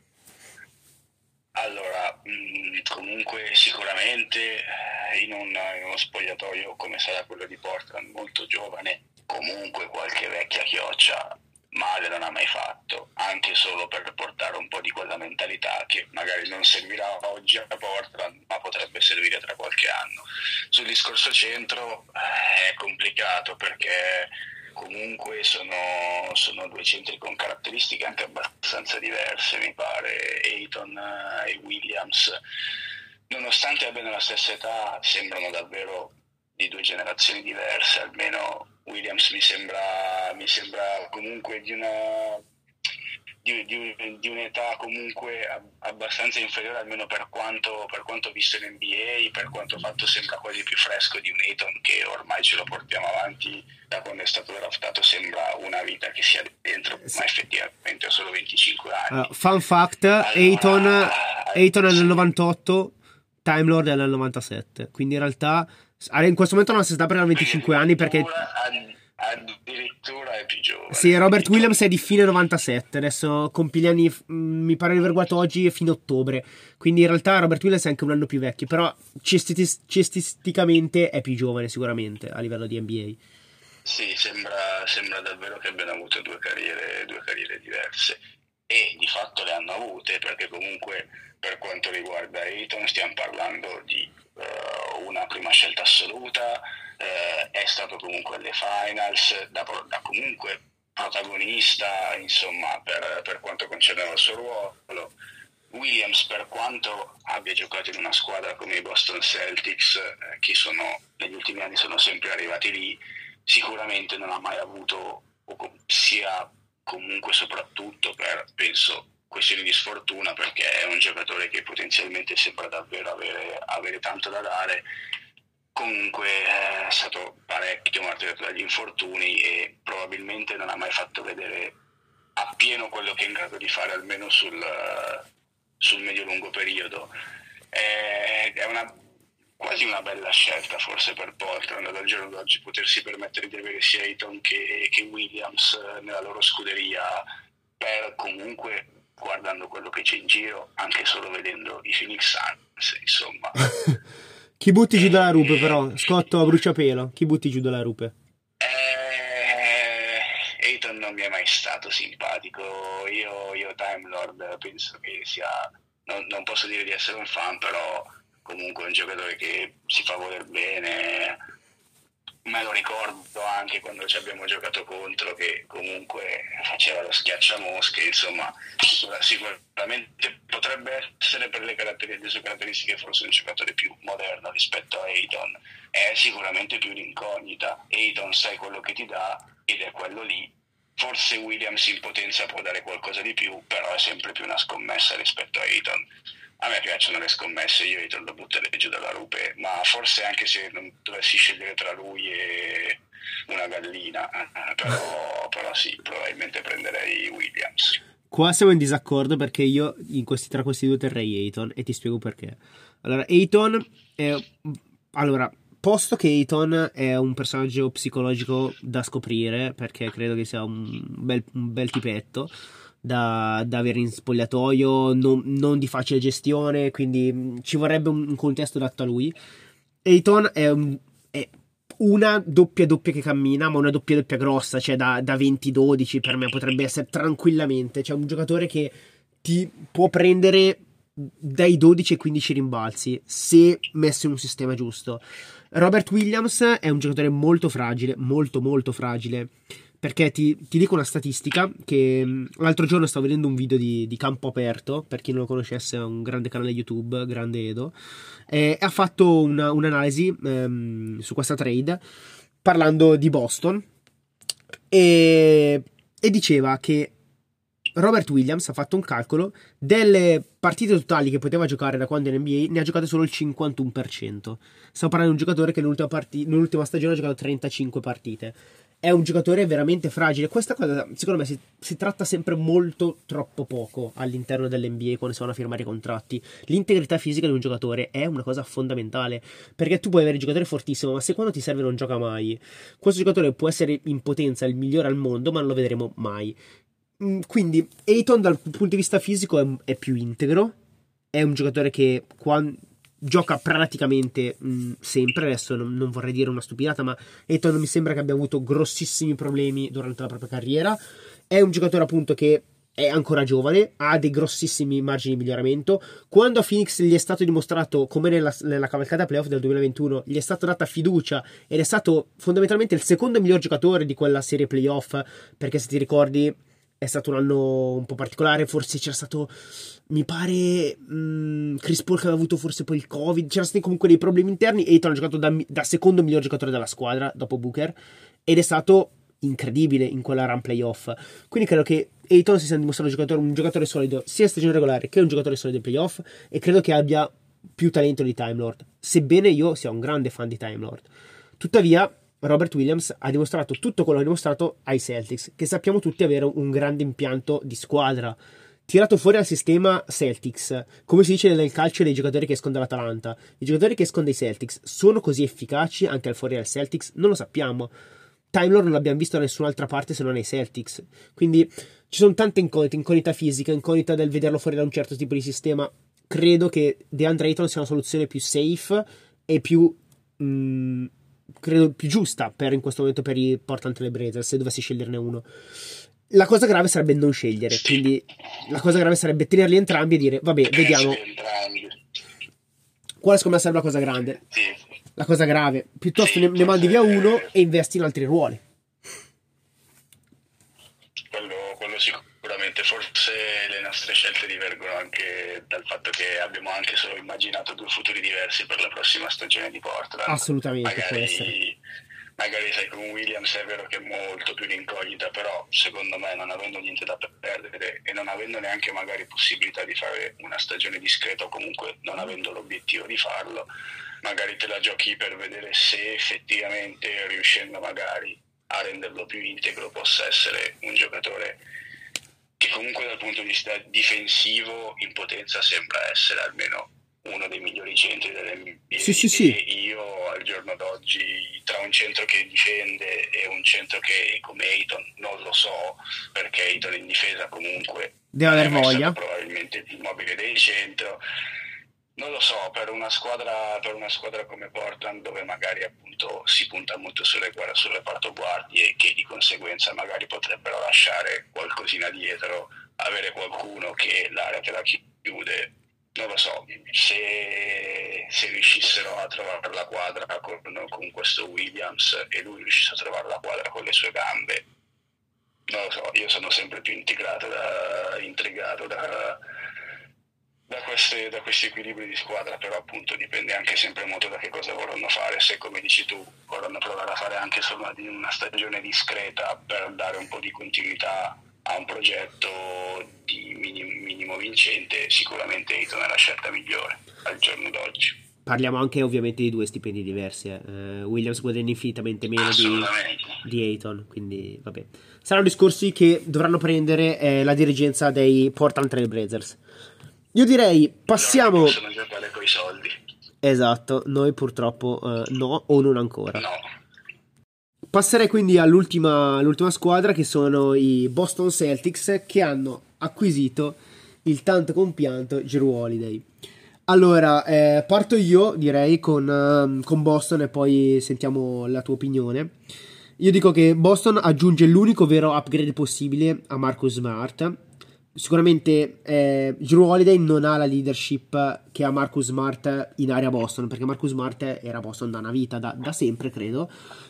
S2: Allora, mh, comunque sicuramente in, un, in uno spogliatoio come sarà quello di Portland, molto giovane, comunque qualche vecchia chioccia male non ha mai fatto, anche solo per portare un po' di quella mentalità che magari non servirà oggi a Portland, ma potrebbe servire tra qualche anno. Sul discorso centro eh, è complicato, perché comunque sono, sono due centri con caratteristiche anche abbastanza diverse, mi pare. Ayton e Williams, nonostante abbiano la stessa età, sembrano davvero di due generazioni diverse. Almeno Williams mi sembra, mi sembra comunque di una di, di, di un'età comunque abbastanza inferiore, almeno per quanto, per quanto visto in N B A, per quanto fatto sembra quasi più fresco di un Ayton che ormai ce lo portiamo avanti da quando è stato draftato, sembra una vita che sia dentro, ma effettivamente ha solo venticinque anni.
S1: Uh, fun fact, allora, Ayton, Ayton è nel novantotto, Time Lord è nel novantasette, quindi in realtà in questo momento non si sta per venticinque anni, perché
S2: addirittura è più giovane.
S1: Sì, Robert Williams è di fine novantasette, adesso compie gli anni, mi pare di aver guardato oggi, fino a ottobre, quindi in realtà Robert Williams è anche un anno più vecchio, però cestisticamente è più giovane sicuramente a livello di N B A.
S2: Sì, sembra, sembra davvero che abbiano avuto due carriere, due carriere diverse, e di fatto le hanno avute, perché comunque per quanto riguarda Ayton stiamo parlando di uh, una prima scelta assoluta, uh, è stato comunque alle finals, da, da comunque protagonista, insomma, per, per quanto concerneva il suo ruolo. Williams, per quanto abbia giocato in una squadra come i Boston Celtics, eh, che sono, negli ultimi anni sono sempre arrivati lì, sicuramente non ha mai avuto, o sia comunque soprattutto per, penso, questioni di sfortuna, perché è un giocatore che potenzialmente sembra davvero avere, avere tanto da dare. Comunque è stato parecchio martirato dagli infortuni e probabilmente non ha mai fatto vedere appieno quello che è in grado di fare, almeno sul, sul medio-lungo periodo. È, è una, quasi una bella scelta forse per Portland al giorno d'oggi potersi permettere di avere sia Ayton che, che Williams nella loro scuderia, per comunque, guardando quello che c'è in giro, anche solo vedendo i Phoenix Suns, insomma.
S1: Chi butti giù dalla rupe però? Scotto a bruciapelo, chi butti giù dalla rupe?
S2: Eh, Ayton non mi è mai stato simpatico. Io, io Time Lord penso che sia, non, non posso dire di essere un fan, però comunque è un giocatore che si fa voler bene. Me lo ricordo anche quando ci abbiamo giocato contro, che comunque faceva lo schiacciamosche, insomma, sicuramente potrebbe essere, per le, caratter- le sue caratteristiche, forse un giocatore più moderno rispetto a Ayton. È sicuramente più un'incognita. Ayton sai quello che ti dà ed è quello lì. Forse Williams in potenza può dare qualcosa di più, però è sempre più una scommessa rispetto a Ayton. A me piacciono le scommesse, io Ayton lo butterei giù dalla rupe, ma forse anche se non dovessi scegliere tra lui e una gallina, però, però sì, probabilmente prenderei Williams.
S1: Qua siamo in disaccordo perché io in questi, tra questi due terrei Ayton e ti spiego perché. Allora, Ayton è... Allora, posto che Ayton è un personaggio psicologico da scoprire, perché credo che sia un bel, un bel tipetto da, da avere in spogliatoio, non, non di facile gestione, quindi ci vorrebbe un, un contesto adatto a lui. Ayton è, un, è una doppia doppia che cammina, ma una doppia doppia grossa, cioè da, da venti dodici per me potrebbe essere tranquillamente, cioè un giocatore che ti può prendere dai dodici ai quindici rimbalzi se messo in un sistema giusto. Robert Williams è un giocatore molto fragile, molto molto fragile, perché ti, ti dico una statistica che l'altro giorno stavo vedendo un video di, di Campo Aperto, per chi non lo conoscesse è un grande canale YouTube, grande Edo, e ha fatto una, un'analisi ehm, su questa trade parlando di Boston e, e diceva che Robert Williams ha fatto un calcolo delle partite totali che poteva giocare da quando in N B A, ne ha giocate solo il cinquantuno per cento. Stiamo parlando di un giocatore che nell'ultima, part- nell'ultima stagione ha giocato trentacinque partite. È un giocatore veramente fragile. Questa cosa, secondo me, si, si tratta sempre molto troppo poco all'interno dell'N B A quando si vanno a firmare i contratti. L'integrità fisica di un giocatore è una cosa fondamentale, perché tu puoi avere un giocatore fortissimo, ma se quando ti serve non gioca mai, questo giocatore può essere in potenza il migliore al mondo, ma non lo vedremo mai. Quindi Ayton dal punto di vista fisico è, è più integro, è un giocatore che quando, gioca praticamente mh, sempre, adesso non, non vorrei dire una stupidata, ma Ayton non mi sembra che abbia avuto grossissimi problemi durante la propria carriera, è un giocatore appunto che è ancora giovane, ha dei grossissimi margini di miglioramento. Quando a Phoenix gli è stato dimostrato, come nella, nella cavalcata playoff del duemilaventuno, gli è stata data fiducia ed è stato fondamentalmente il secondo miglior giocatore di quella serie playoff, perché se ti ricordi è stato un anno un po' particolare, forse c'era stato, mi pare, mh, Chris Paul che aveva avuto forse poi il Covid, c'erano stati comunque dei problemi interni e Ayton ha giocato da, da secondo miglior giocatore della squadra dopo Booker ed è stato incredibile in quella run playoff. Quindi credo che Ayton si sia dimostrato un giocatore, un giocatore solido sia in stagione regolare che un giocatore solido in playoff, e credo che abbia più talento di Time Lord, sebbene io sia un grande fan di Time Lord. Tuttavia Robert Williams ha dimostrato tutto quello che ha dimostrato ai Celtics, che sappiamo tutti avere un grande impianto di squadra. Tirato fuori dal sistema Celtics, come si dice nel calcio dei giocatori che escono dall'Atalanta, i giocatori che escono dai Celtics sono così efficaci anche al fuori dal Celtics? Non lo sappiamo. Time Lord non l'abbiamo visto da nessun'altra parte se non ai Celtics. Quindi ci sono tante incognite, incognita fisica, incognita del vederlo fuori da un certo tipo di sistema. Credo che DeAndre Ayton sia una soluzione più safe e più... Mh, credo più giusta per in questo momento per i Portland Trail Blazers, se dovessi sceglierne uno. La cosa grave sarebbe non scegliere, quindi la cosa grave sarebbe tenerli entrambi e dire vabbè, vediamo. Quale secondo me sarebbe la cosa grande? La cosa grave, piuttosto ne, ne mandi via uno e investi in altri ruoli.
S2: Quello, quello sicuramente. Forse le nostre scelte divergono anche dal fatto che abbiamo anche solo immaginato due futuri diversi per la prossima stagione di Portland.
S1: Assolutamente,
S2: magari,
S1: può essere.
S2: magari sai, con Williams è vero che è molto più l'incognita, però secondo me, non avendo niente da perdere e non avendo neanche magari possibilità di fare una stagione discreta, o comunque non avendo l'obiettivo di farlo, magari te la giochi per vedere se effettivamente, riuscendo magari a renderlo più integro, possa essere un giocatore che comunque dal punto di vista difensivo in potenza sembra essere almeno uno dei migliori centri dell'N B A.
S1: Sì, sì, sì.
S2: E io al giorno d'oggi tra un centro che difende e un centro che come Ayton non lo so, perché Ayton in difesa comunque
S1: deve aver
S2: è mai
S1: voglia,
S2: stato probabilmente il più mobile del centro. Non lo so, per una squadra, per una squadra come Portland, dove magari appunto si punta molto sulle, sulle repartoguardie e che di conseguenza magari potrebbero lasciare qualcosina dietro, avere qualcuno che l'area te la chiude, non lo so, se, se riuscissero a trovare la quadra con, con questo Williams e lui riuscisse a trovare la quadra con le sue gambe, non lo so, io sono sempre più integrato da, intrigato da... Da, queste, da questi equilibri di squadra, però appunto dipende anche sempre molto da che cosa vorranno fare. Se, come dici tu, vorranno provare a fare anche solo una stagione discreta per dare un po' di continuità a un progetto di minimo, minimo vincente, sicuramente Ayton è la scelta migliore al giorno d'oggi.
S1: Parliamo anche ovviamente di due stipendi diversi, eh. uh, Williams guadagna infinitamente meno di, di Ayton, quindi vabbè, saranno discorsi che dovranno prendere eh, la dirigenza dei Portland Trail Blazers. Io direi passiamo.
S2: Non possono giocare coi soldi.
S1: Esatto, noi purtroppo uh, no, o non ancora.
S2: No.
S1: Passerei quindi all'ultima, all'ultima squadra, che sono i Boston Celtics, che hanno acquisito il tanto compianto Jrue Holiday. Allora, eh, parto io direi con, uh, con Boston e poi sentiamo la tua opinione. Io dico che Boston aggiunge l'unico vero upgrade possibile a Marcus Smart. Sicuramente eh, Jrue Holiday non ha la leadership che ha Marcus Smart in area Boston, perché Marcus Smart era Boston da una vita, da, da sempre credo,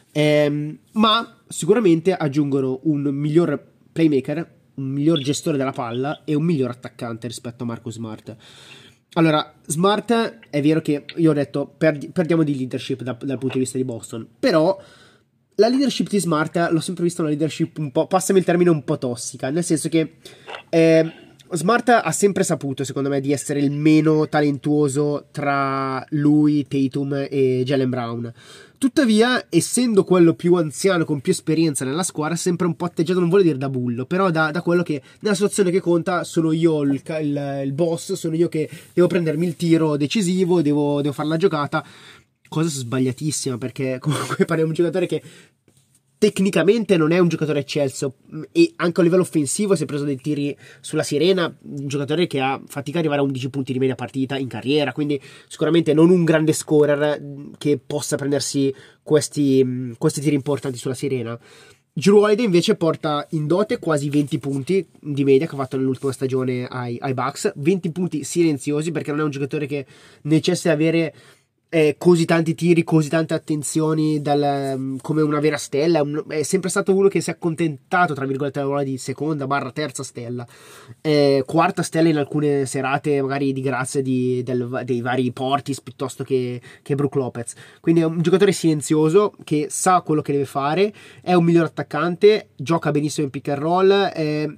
S1: eh, ma sicuramente aggiungono un miglior playmaker, un miglior gestore della palla e un miglior attaccante rispetto a Marcus Smart. Allora, Smart è vero che io ho detto perdi, perdiamo di leadership da, dal punto di vista di Boston, però la leadership di Smart l'ho sempre vista una leadership un po', passami il termine, un po' tossica, nel senso che eh, Smart ha sempre saputo, secondo me, di essere il meno talentuoso tra lui, Tatum e Jaylen Brown. Tuttavia, essendo quello più anziano, con più esperienza nella squadra, sempre un po' atteggiato, non voglio dire da bullo, però da, da quello che nella situazione che conta sono io il, il, il boss, sono io che devo prendermi il tiro decisivo, devo, devo fare la giocata. Cosa sbagliatissima, perché comunque parliamo di un giocatore che tecnicamente non è un giocatore eccelso e anche a livello offensivo si è preso dei tiri sulla sirena, un giocatore che ha faticato ad arrivare a undici punti di media partita in carriera, quindi sicuramente non un grande scorer che possa prendersi questi, questi tiri importanti sulla sirena. Jrue Holiday invece porta in dote quasi venti punti di media che ha fatto nell'ultima stagione ai, ai Bucks, venti punti silenziosi, perché non è un giocatore che necessita di avere Eh, così tanti tiri, così tante attenzioni dal, come una vera stella. Un, è sempre stato uno che si è accontentato tra virgolette della ruola di seconda barra terza stella, eh, quarta stella in alcune serate magari di grazia di, del, dei vari Portis piuttosto che, che Brook Lopez. Quindi è un giocatore silenzioso che sa quello che deve fare, è un miglior attaccante, gioca benissimo in pick and roll, eh,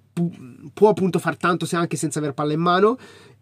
S1: pu- può appunto far tanto se anche senza aver palla in mano.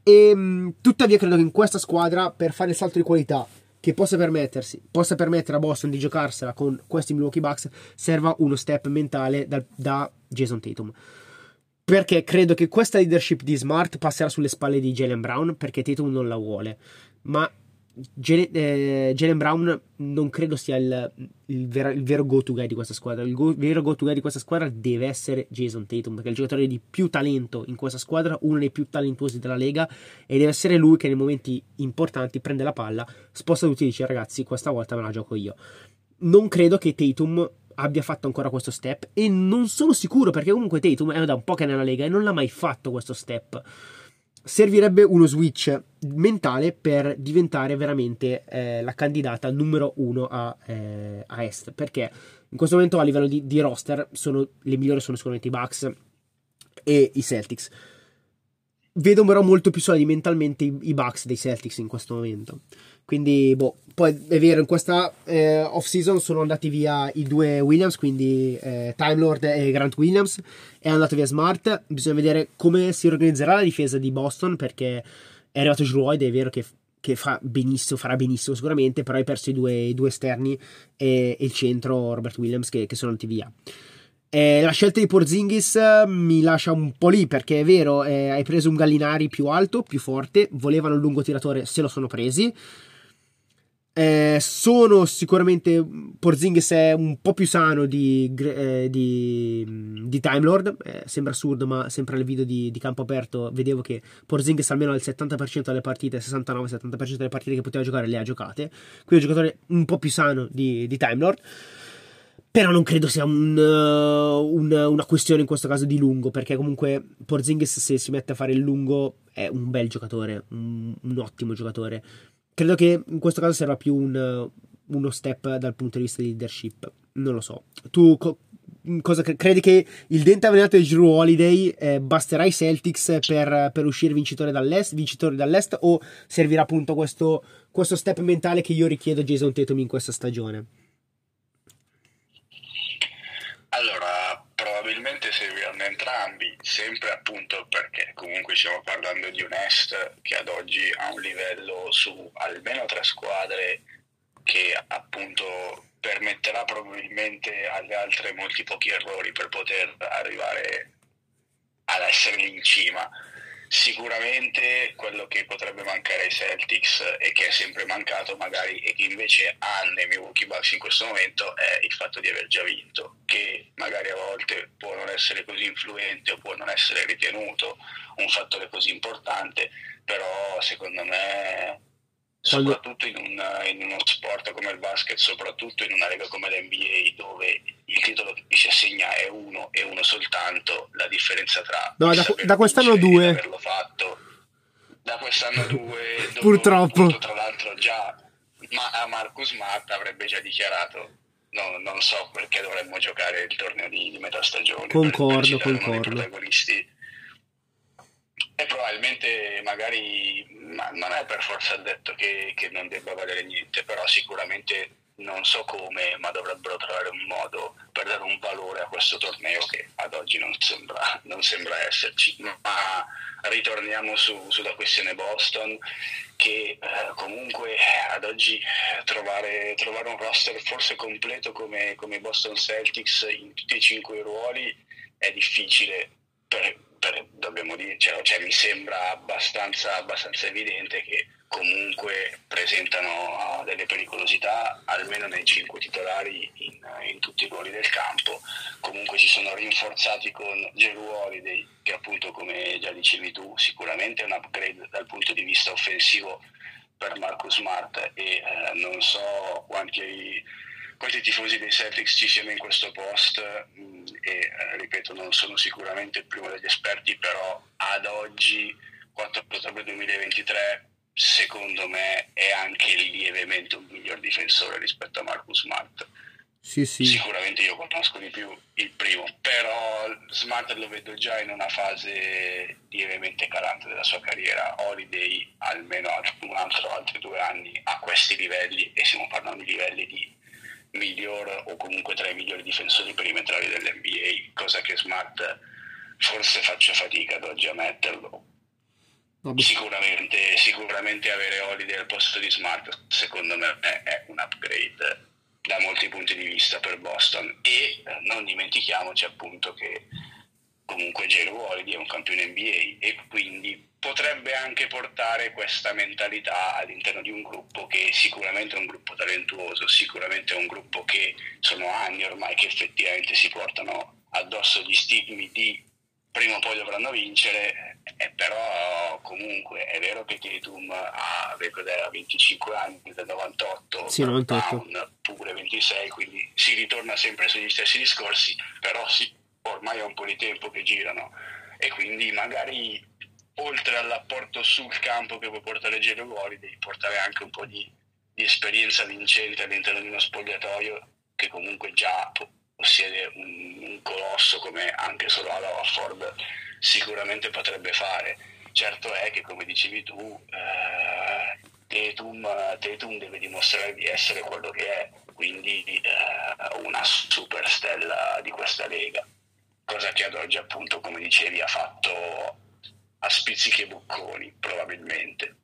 S1: E tuttavia credo che in questa squadra, per fare il salto di qualità che possa permettersi, possa permettere a Boston di giocarsela con questi Milwaukee Bucks, serva uno step mentale da, da Jason Tatum, perché credo che questa leadership di Smart passerà sulle spalle di Jaylen Brown, perché Tatum non la vuole, ma Jaylen eh, Brown non credo sia il, il, vero, il vero go to guy di questa squadra. Il go, vero go to guy di questa squadra deve essere Jason Tatum, perché è il giocatore di più talento in questa squadra, uno dei più talentuosi della lega, e deve essere lui che nei momenti importanti prende la palla, sposta tutti e dice ragazzi questa volta me la gioco io. Non credo che Tatum abbia fatto ancora questo step, e non sono sicuro, perché comunque Tatum è da un po' che è nella lega e non l'ha mai fatto questo step. Servirebbe uno switch mentale per diventare veramente eh, la candidata numero uno a, eh, a Est, perché in questo momento a livello di, di roster sono, le migliori sono sicuramente i Bucks e i Celtics. Vedo però molto più solidi mentalmente i, i Bucks dei Celtics in questo momento, quindi boh. Poi è vero, in questa eh, off season sono andati via i due Williams, quindi eh, Time Lord e Grant Williams, è andato via Smart. Bisogna vedere come si organizzerà la difesa di Boston, perché è arrivato Jrue Holiday, è vero che, che fa benissimo, farà benissimo sicuramente, però hai perso i due, i due esterni e, e il centro Robert Williams che, che sono andati via. Eh, la scelta di Porzingis eh, mi lascia un po' lì, perché è vero, eh, hai preso un Gallinari più alto, più forte, volevano un lungo tiratore, se lo sono presi. Eh, sono sicuramente, Porzingis è un po' più sano di, eh, di, di Time Lord, eh, sembra assurdo, ma sempre nel video di, di campo aperto vedevo che Porzingis almeno al settanta per cento delle partite, sessantanove settanta per cento delle partite che poteva giocare le ha giocate, quindi è un giocatore un po' più sano di, di Time Lord. Però non credo sia un, uh, un, una questione in questo caso di lungo, perché comunque Porzingis, se si mette a fare il lungo, è un bel giocatore, un, un ottimo giocatore. Credo che in questo caso serva più un, uno step dal punto di vista di leadership. Non lo so. Tu co- cosa cre- credi che il dente avvelenato di Jrue Holiday eh, basterà ai Celtics per, per uscire vincitore dall'est, vincitori dall'est, o servirà appunto questo, questo step mentale che io richiedo a Jason Tatum in questa stagione?
S2: Allora, probabilmente serviranno entrambi, sempre appunto perché comunque stiamo parlando di un Est che ad oggi ha un livello su almeno tre squadre che appunto permetterà probabilmente alle altre molti pochi errori per poter arrivare ad essere lì in cima. Sicuramente quello che potrebbe mancare ai Celtics e che è sempre mancato magari e che invece hanno i Milwaukee Bucks in questo momento è il fatto di aver già vinto, che magari a volte può non essere così influente o può non essere ritenuto un fattore così importante, però secondo me
S1: Quando...
S2: soprattutto in, un, in uno sport come il basket, soprattutto in una lega come l'N B A dove il titolo che si assegna è uno e uno soltanto, la differenza tra
S1: no, da, da quest'anno due,
S2: averlo fatto da quest'anno due dove
S1: purtroppo
S2: appunto, tra l'altro già ma Marcus Smart avrebbe già dichiarato no, non so perché dovremmo giocare il torneo di, di metà stagione
S1: concordo,
S2: per, per
S1: concordo
S2: uno dei protagonisti. E probabilmente magari ma non è per forza detto che, che non debba valere niente, però sicuramente non so come, ma dovrebbero trovare un modo per dare un valore a questo torneo che ad oggi non sembra, non sembra esserci. Ma ritorniamo su, sulla questione Boston, che eh, comunque ad oggi trovare, trovare un roster forse completo come, come Boston Celtics in tutti e cinque i ruoli è difficile. Per, per, dobbiamo dire, cioè, cioè, mi sembra abbastanza, abbastanza evidente che comunque presentano delle pericolosità almeno nei cinque titolari in, in tutti i ruoli del campo. Comunque si sono rinforzati con Jrue Holiday, che appunto, come già dicevi tu, sicuramente è un upgrade dal punto di vista offensivo per Marcus Smart, e eh, non so quanti, quanti tifosi dei Celtics ci siano in questo post, mh, e eh, ripeto, non sono sicuramente il primo degli esperti, però ad oggi quattro ottobre duemilaventitré secondo me è anche lievemente un miglior difensore rispetto a Marcus Smart.
S1: Sì, sì.
S2: Sicuramente io conosco di più il primo, però Smart lo vedo già in una fase lievemente calante della sua carriera. Holiday almeno un altro altri due anni a questi livelli, e stiamo parlando di livelli di miglior o comunque tra i migliori difensori perimetrali dell'N B A, cosa che Smart forse faccia fatica ad oggi a metterlo. Sicuramente, sicuramente avere Holiday al posto di Smart secondo me è un upgrade da molti punti di vista per Boston, e non dimentichiamoci appunto che comunque Jrue Holiday è un campione N B A e quindi potrebbe anche portare questa mentalità all'interno di un gruppo che sicuramente è un gruppo talentuoso, sicuramente è un gruppo che sono anni ormai che effettivamente si portano addosso gli stigmi di prima o poi dovranno vincere, eh, però comunque è vero che Tatum ha venticinque anni del novantotto,
S1: sì, novantotto.
S2: Brown pure ventisei, quindi si ritorna sempre sugli stessi discorsi, però sì, ormai è un po' di tempo che girano, e quindi magari oltre all'apporto sul campo che può portare Jrue Holiday, portare anche un po' di, di esperienza vincente all'interno di uno spogliatoio che comunque già possiede un, un colosso come anche solo Al Horford sicuramente potrebbe fare. Certo è che, come dicevi tu, eh, Tatum, Tatum deve dimostrare di essere quello che è, quindi eh, una super stella di questa lega, cosa che ad oggi appunto, come dicevi, ha fatto a spizzichi e bocconi probabilmente.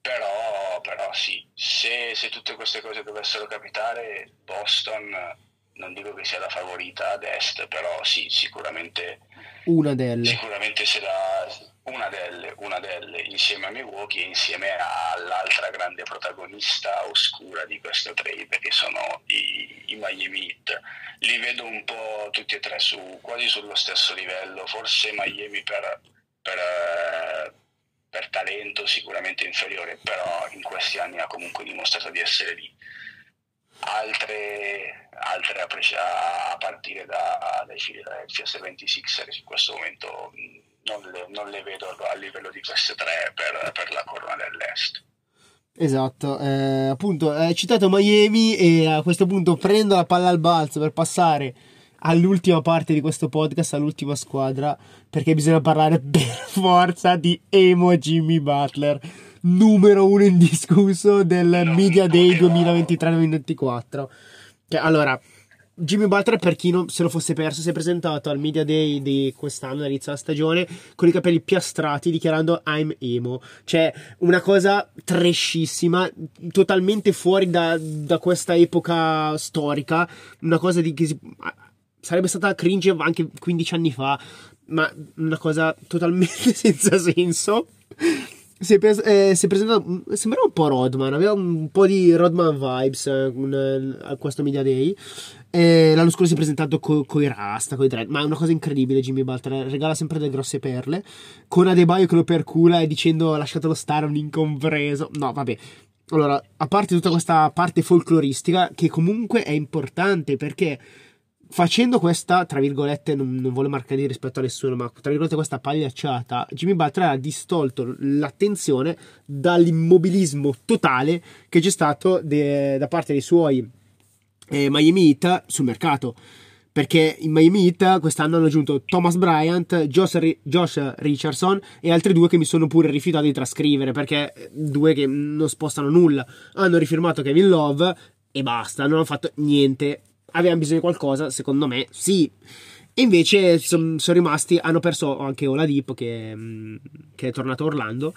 S2: Però, però sì, se, se tutte queste cose dovessero capitare, Boston non dico che sia la favorita ad est, però sì, sicuramente
S1: Una delle.
S2: sicuramente sarà una delle, una delle insieme a Milwaukee e insieme all'altra grande protagonista oscura di questo trade, che sono i, i Miami Heat. Li vedo un po' tutti e tre su, quasi sullo stesso livello, forse Miami per, per, eh, per talento sicuramente inferiore, però in questi anni ha comunque dimostrato di essere lì. Altre, altre a, preci- a partire da, dai Philadelphia seventy-sixers in questo momento mh, non le, non le vedo a livello di queste tre per, per la corona dell'est.
S1: Esatto, eh, appunto hai citato Miami e a questo punto prendo la palla al balzo per passare all'ultima parte di questo podcast, all'ultima squadra, perché bisogna parlare per forza di Emo Jimmy Butler, numero uno indiscusso del
S2: No,
S1: Media Day
S2: no.
S1: duemilaventitré duemilaventiquattro. Che, allora, Jimmy Butler, per chi non se lo fosse perso, si è presentato al Media Day di quest'anno, all'inizio della stagione, con i capelli piastrati, dichiarando I'm emo. Cioè, una cosa trashissima, totalmente fuori da, da questa epoca storica, una cosa di che si, sarebbe stata cringe anche quindici anni fa, ma una cosa totalmente senza senso. Si è, pres- eh, si è presentato, sembrava un po' Rodman, aveva un po' di Rodman vibes eh, un, eh, a questo Media Day. E l'anno scorso si è presentato co- coi Rasta, coi Dread, ma è una cosa incredibile. Jimmy Butler regala sempre delle grosse perle, con Adebayo che lo percula e dicendo lasciatelo stare, un incompreso. No, vabbè. Allora, a parte tutta questa parte folcloristica, che comunque è importante, perché facendo questa, tra virgolette, non, non vuole marcare di rispetto a nessuno, ma tra virgolette questa pagliacciata, Jimmy Butler ha distolto l'attenzione dall'immobilismo totale che c'è stato de- da parte dei suoi eh, Miami Heat sul mercato. Perché in Miami Heat quest'anno hanno aggiunto Thomas Bryant, Josh, Ri- Josh Richardson e altri due che mi sono pure rifiutato di trascrivere, perché due che non spostano nulla. Hanno rifirmato Kevin Love e basta, non hanno fatto niente. Avevano bisogno di qualcosa, secondo me sì. E invece sono son rimasti, hanno perso anche Oladipo che, mh, che è tornato a Orlando.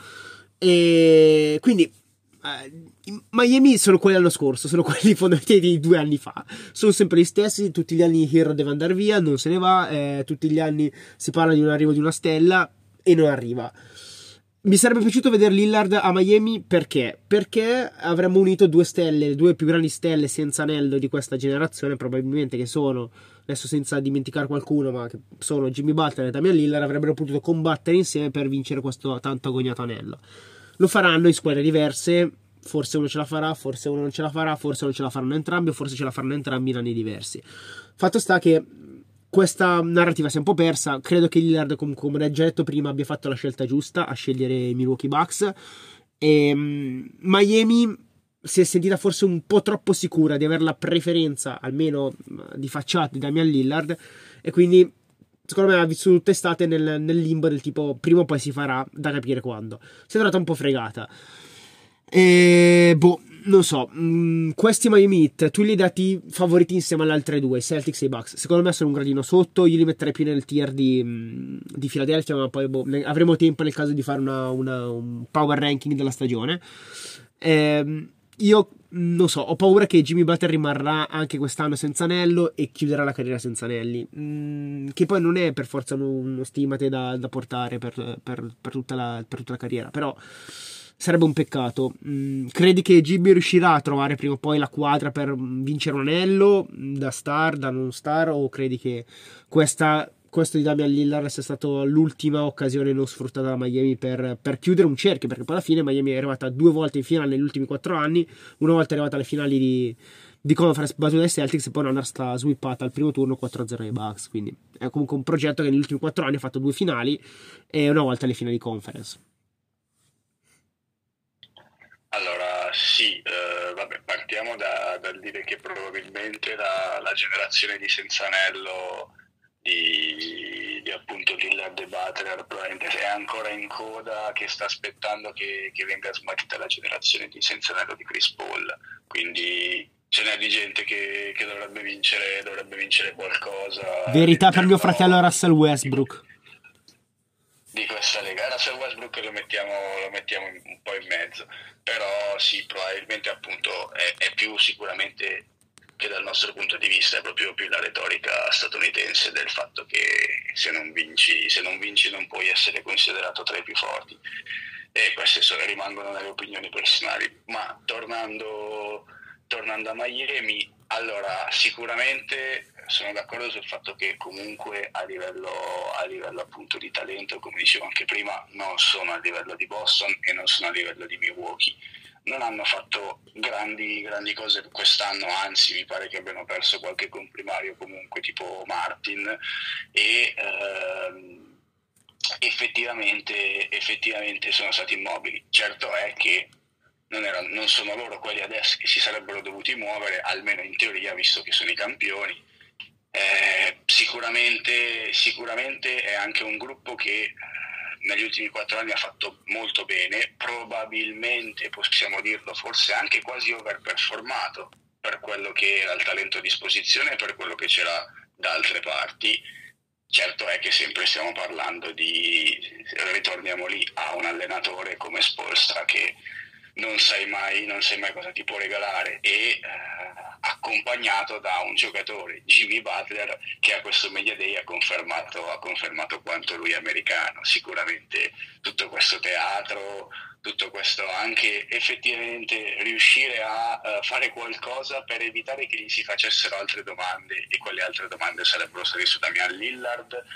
S1: E quindi eh, Miami sono quelli l'anno scorso, sono quelli fondamentalmente di due anni fa. Sono sempre gli stessi, tutti gli anni Hero deve andare via, non se ne va, eh, tutti gli anni si parla di un arrivo di una stella e non arriva. Mi sarebbe piaciuto vedere Lillard a Miami, perché? Perché avremmo unito due stelle, le due più grandi stelle senza anello di questa generazione, probabilmente, che sono, adesso senza dimenticare qualcuno, ma che sono Jimmy Butler e Damian Lillard, avrebbero potuto combattere insieme per vincere questo tanto agognato anello. Lo faranno in squadre diverse, forse uno ce la farà, forse uno non ce la farà, forse non ce la faranno entrambi, o forse ce la faranno entrambi in anni diversi. Fatto sta che questa narrativa si è un po' persa. Credo che Lillard, come, come ho già detto prima, abbia fatto la scelta giusta a scegliere i Milwaukee Bucks. E um, Miami si è sentita forse un po' troppo sicura di avere la preferenza, almeno di facciata, di Damian Lillard, e quindi secondo me ha vissuto tutta estate nel, nel limbo del tipo prima o poi si farà, da capire quando. Si è trovata un po' fregata. E boh, non so, mh, questi Miami Heat tu li hai dati favoriti insieme alle altre due, i Celtics e i Bucks. Secondo me sono un gradino sotto, io li metterei più nel tier di, mh, di Philadelphia, ma poi boh, ne- avremo tempo nel caso di fare una, una- un power ranking della stagione. Ehm, io non so, ho paura che Jimmy Butler rimarrà anche quest'anno senza anello e chiuderà la carriera senza anelli, mm, che poi non è per forza uno, uno stigmate da, da portare per, per- per tutta la, per tutta la carriera, però sarebbe un peccato. Mm, credi che Jimmy riuscirà a trovare prima o poi la quadra per vincere un anello da star, da non star, o credi che questa questo di Damian Lillard sia stata l'ultima occasione non sfruttata da Miami per, per chiudere un cerchio, perché poi alla fine Miami è arrivata due volte in finale negli ultimi quattro anni, una volta è arrivata alle finali di, di conference battuta dai Celtics e poi non è stata sweepata al primo turno quattro a zero ai Bucks, quindi è comunque un progetto che negli ultimi quattro anni ha fatto due finali e una volta le finali di conference.
S2: Allora, sì, eh, vabbè, partiamo da- dal dire che probabilmente la, la generazione di senza anello di, di appunto Lillard e Butler probabilmente è ancora in coda, che sta aspettando che, che venga smaltita la generazione di senza anello di Chris Paul, quindi ce n'è di gente che, che dovrebbe vincere, dovrebbe vincere qualcosa
S1: Verità per mio
S2: all'interno
S1: fratello Russell
S2: di,
S1: Westbrook.
S2: di questa lega. Russell Westbrook lo mettiamo, lo mettiamo in- un po' in mezzo, però sì, probabilmente appunto è, è più sicuramente che dal nostro punto di vista è proprio più la retorica statunitense del fatto che se non vinci, se non vinci non puoi essere considerato tra i più forti. E queste sono, rimangono nelle opinioni personali. Ma tornando, tornando a Miami, allora sicuramente sono d'accordo sul fatto che comunque a livello, a livello appunto di talento, come dicevo anche prima, non sono a livello di Boston e non sono a livello di Milwaukee. Non hanno fatto grandi, grandi cose quest'anno, anzi mi pare che abbiano perso qualche comprimario comunque tipo Martin e ehm, effettivamente, effettivamente sono stati immobili. Certo è che non, erano, non sono loro quelli adesso che si sarebbero dovuti muovere, almeno in teoria, visto che sono i campioni. Eh, sicuramente, sicuramente è anche un gruppo che negli ultimi quattro anni ha fatto molto bene, probabilmente possiamo dirlo, forse anche quasi overperformato per quello che era il talento a disposizione e per quello che c'era da altre parti. Certo è che sempre stiamo parlando di, ritorniamo lì, a un allenatore come Spoelstra che non sai mai, non sai mai cosa ti può regalare e eh, accompagnato da un giocatore, Jimmy Butler, che a questo Media Day ha confermato, ha confermato quanto lui è americano. Sicuramente tutto questo teatro, tutto questo anche effettivamente riuscire a uh, fare qualcosa per evitare che gli si facessero altre domande, e quelle altre domande sarebbero state su Damian Lillard,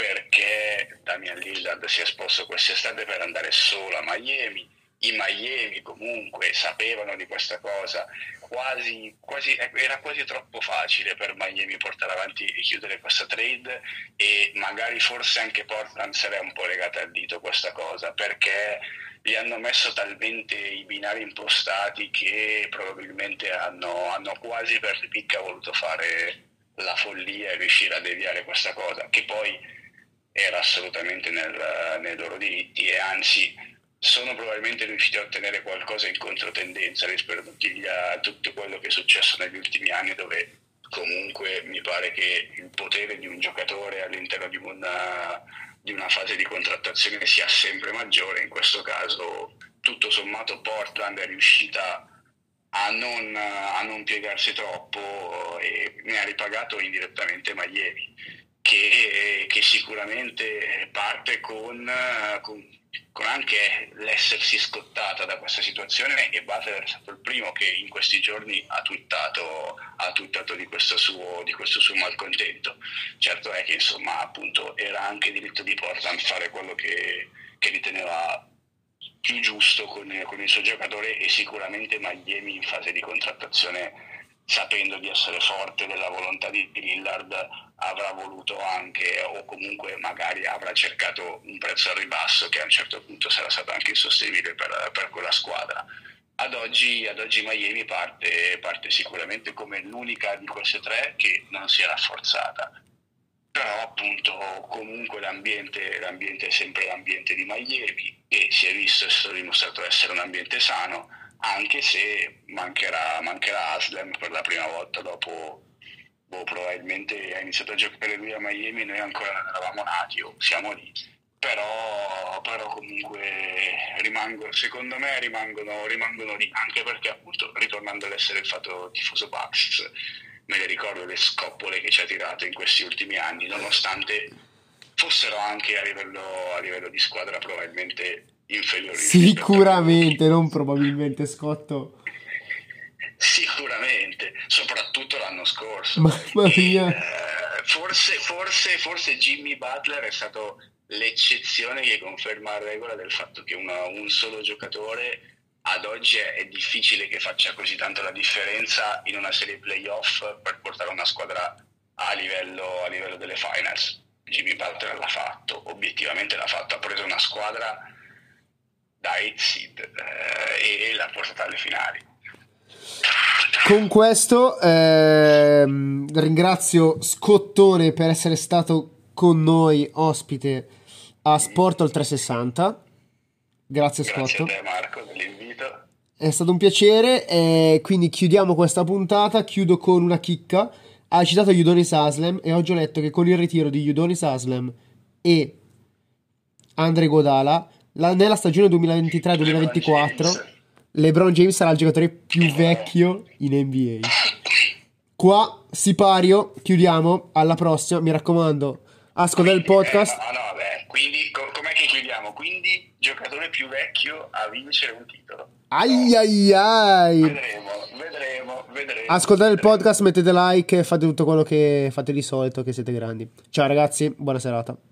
S2: perché Damian Lillard si è esposto quest'estate per andare solo a Miami. I Miami comunque sapevano di questa cosa, quasi, quasi, era quasi troppo facile per Miami portare avanti e chiudere questa trade, e magari forse anche Portland si era un po' legata al dito questa cosa, perché gli hanno messo talmente i binari impostati che probabilmente hanno, hanno quasi per ripicca voluto fare la follia e riuscire a deviare questa cosa, che poi era assolutamente nel, nei loro diritti, e anzi sono probabilmente riusciti a ottenere qualcosa in controtendenza rispetto a, tutti gli, a tutto quello che è successo negli ultimi anni, dove comunque mi pare che il potere di un giocatore all'interno di una, di una fase di contrattazione sia sempre maggiore. In questo caso tutto sommato Portland è riuscita a non, a non piegarsi troppo e ne ha ripagato indirettamente Miami, che, che sicuramente parte con, con con anche l'essersi scottata da questa situazione, e Butler è stato il primo che in questi giorni ha twittato, ha twittato di questo suo, di questo suo malcontento. Certo è che insomma appunto era anche diritto di Portland fare quello che, che riteneva più giusto con, con il suo giocatore, e sicuramente Miami in fase di contrattazione, sapendo di essere forte della volontà di Lillard, avrà voluto anche, o comunque magari avrà cercato un prezzo al ribasso che a un certo punto sarà stato anche insostenibile per, per quella squadra. Ad oggi, ad oggi Miami parte, parte sicuramente come l'unica di queste tre che non si è rafforzata, però appunto comunque l'ambiente, l'ambiente è sempre l'ambiente di Miami, e si è visto e si è dimostrato essere un ambiente sano, anche se mancherà, mancherà Haslem per la prima volta dopo, boh, probabilmente ha iniziato a giocare lui a Miami, noi ancora non eravamo nati o siamo lì, però, però comunque rimango, secondo me rimangono, rimangono lì, anche perché appunto, ritornando ad essere il fatto tifoso Bucks, me le ricordo le scoppole che ci ha tirato in questi ultimi anni, nonostante fossero anche a livello, a livello di squadra probabilmente inferiori.
S1: Sicuramente, non probabilmente, Scotto.
S2: Sicuramente, soprattutto l'anno scorso.
S1: Mamma mia.
S2: E, eh, forse, forse, forse Jimmy Butler è stato l'eccezione che conferma la regola del fatto che una, un solo giocatore ad oggi è, è difficile che faccia così tanto la differenza in una serie playoff per portare una squadra a livello, a livello delle finals. Jimmy Butler l'ha fatto, obiettivamente l'ha fatto, ha preso una squadra da eight seed eh, e l'ha portata alle finali.
S1: Con questo ehm, ringrazio Scottone per essere stato con noi ospite a Sportol trecentosessanta. Grazie,
S2: Grazie
S1: Scotto.
S2: a te, Marco, dell'invito.
S1: È stato un piacere, e quindi chiudiamo questa puntata. Chiudo con una chicca. Ha citato Udonis Haslem, e oggi ho letto che con il ritiro di Udonis Haslem e Andre Iguodala La, nella stagione duemilaventitré duemilaventiquattro LeBron James sarà il giocatore più vecchio in N B A. qua Sipario, chiudiamo, alla prossima, mi raccomando, ascolta il podcast.
S2: Eh, no, no, vabbè, quindi co- com'è che chiudiamo? Quindi giocatore più vecchio a vincere un titolo.
S1: Ai ai ai.
S2: Vedremo, vedremo, vedremo.
S1: Ascoltate il
S2: vedremo.
S1: podcast, mettete like e fate tutto quello che fate di solito, che siete grandi. Ciao ragazzi, buona serata.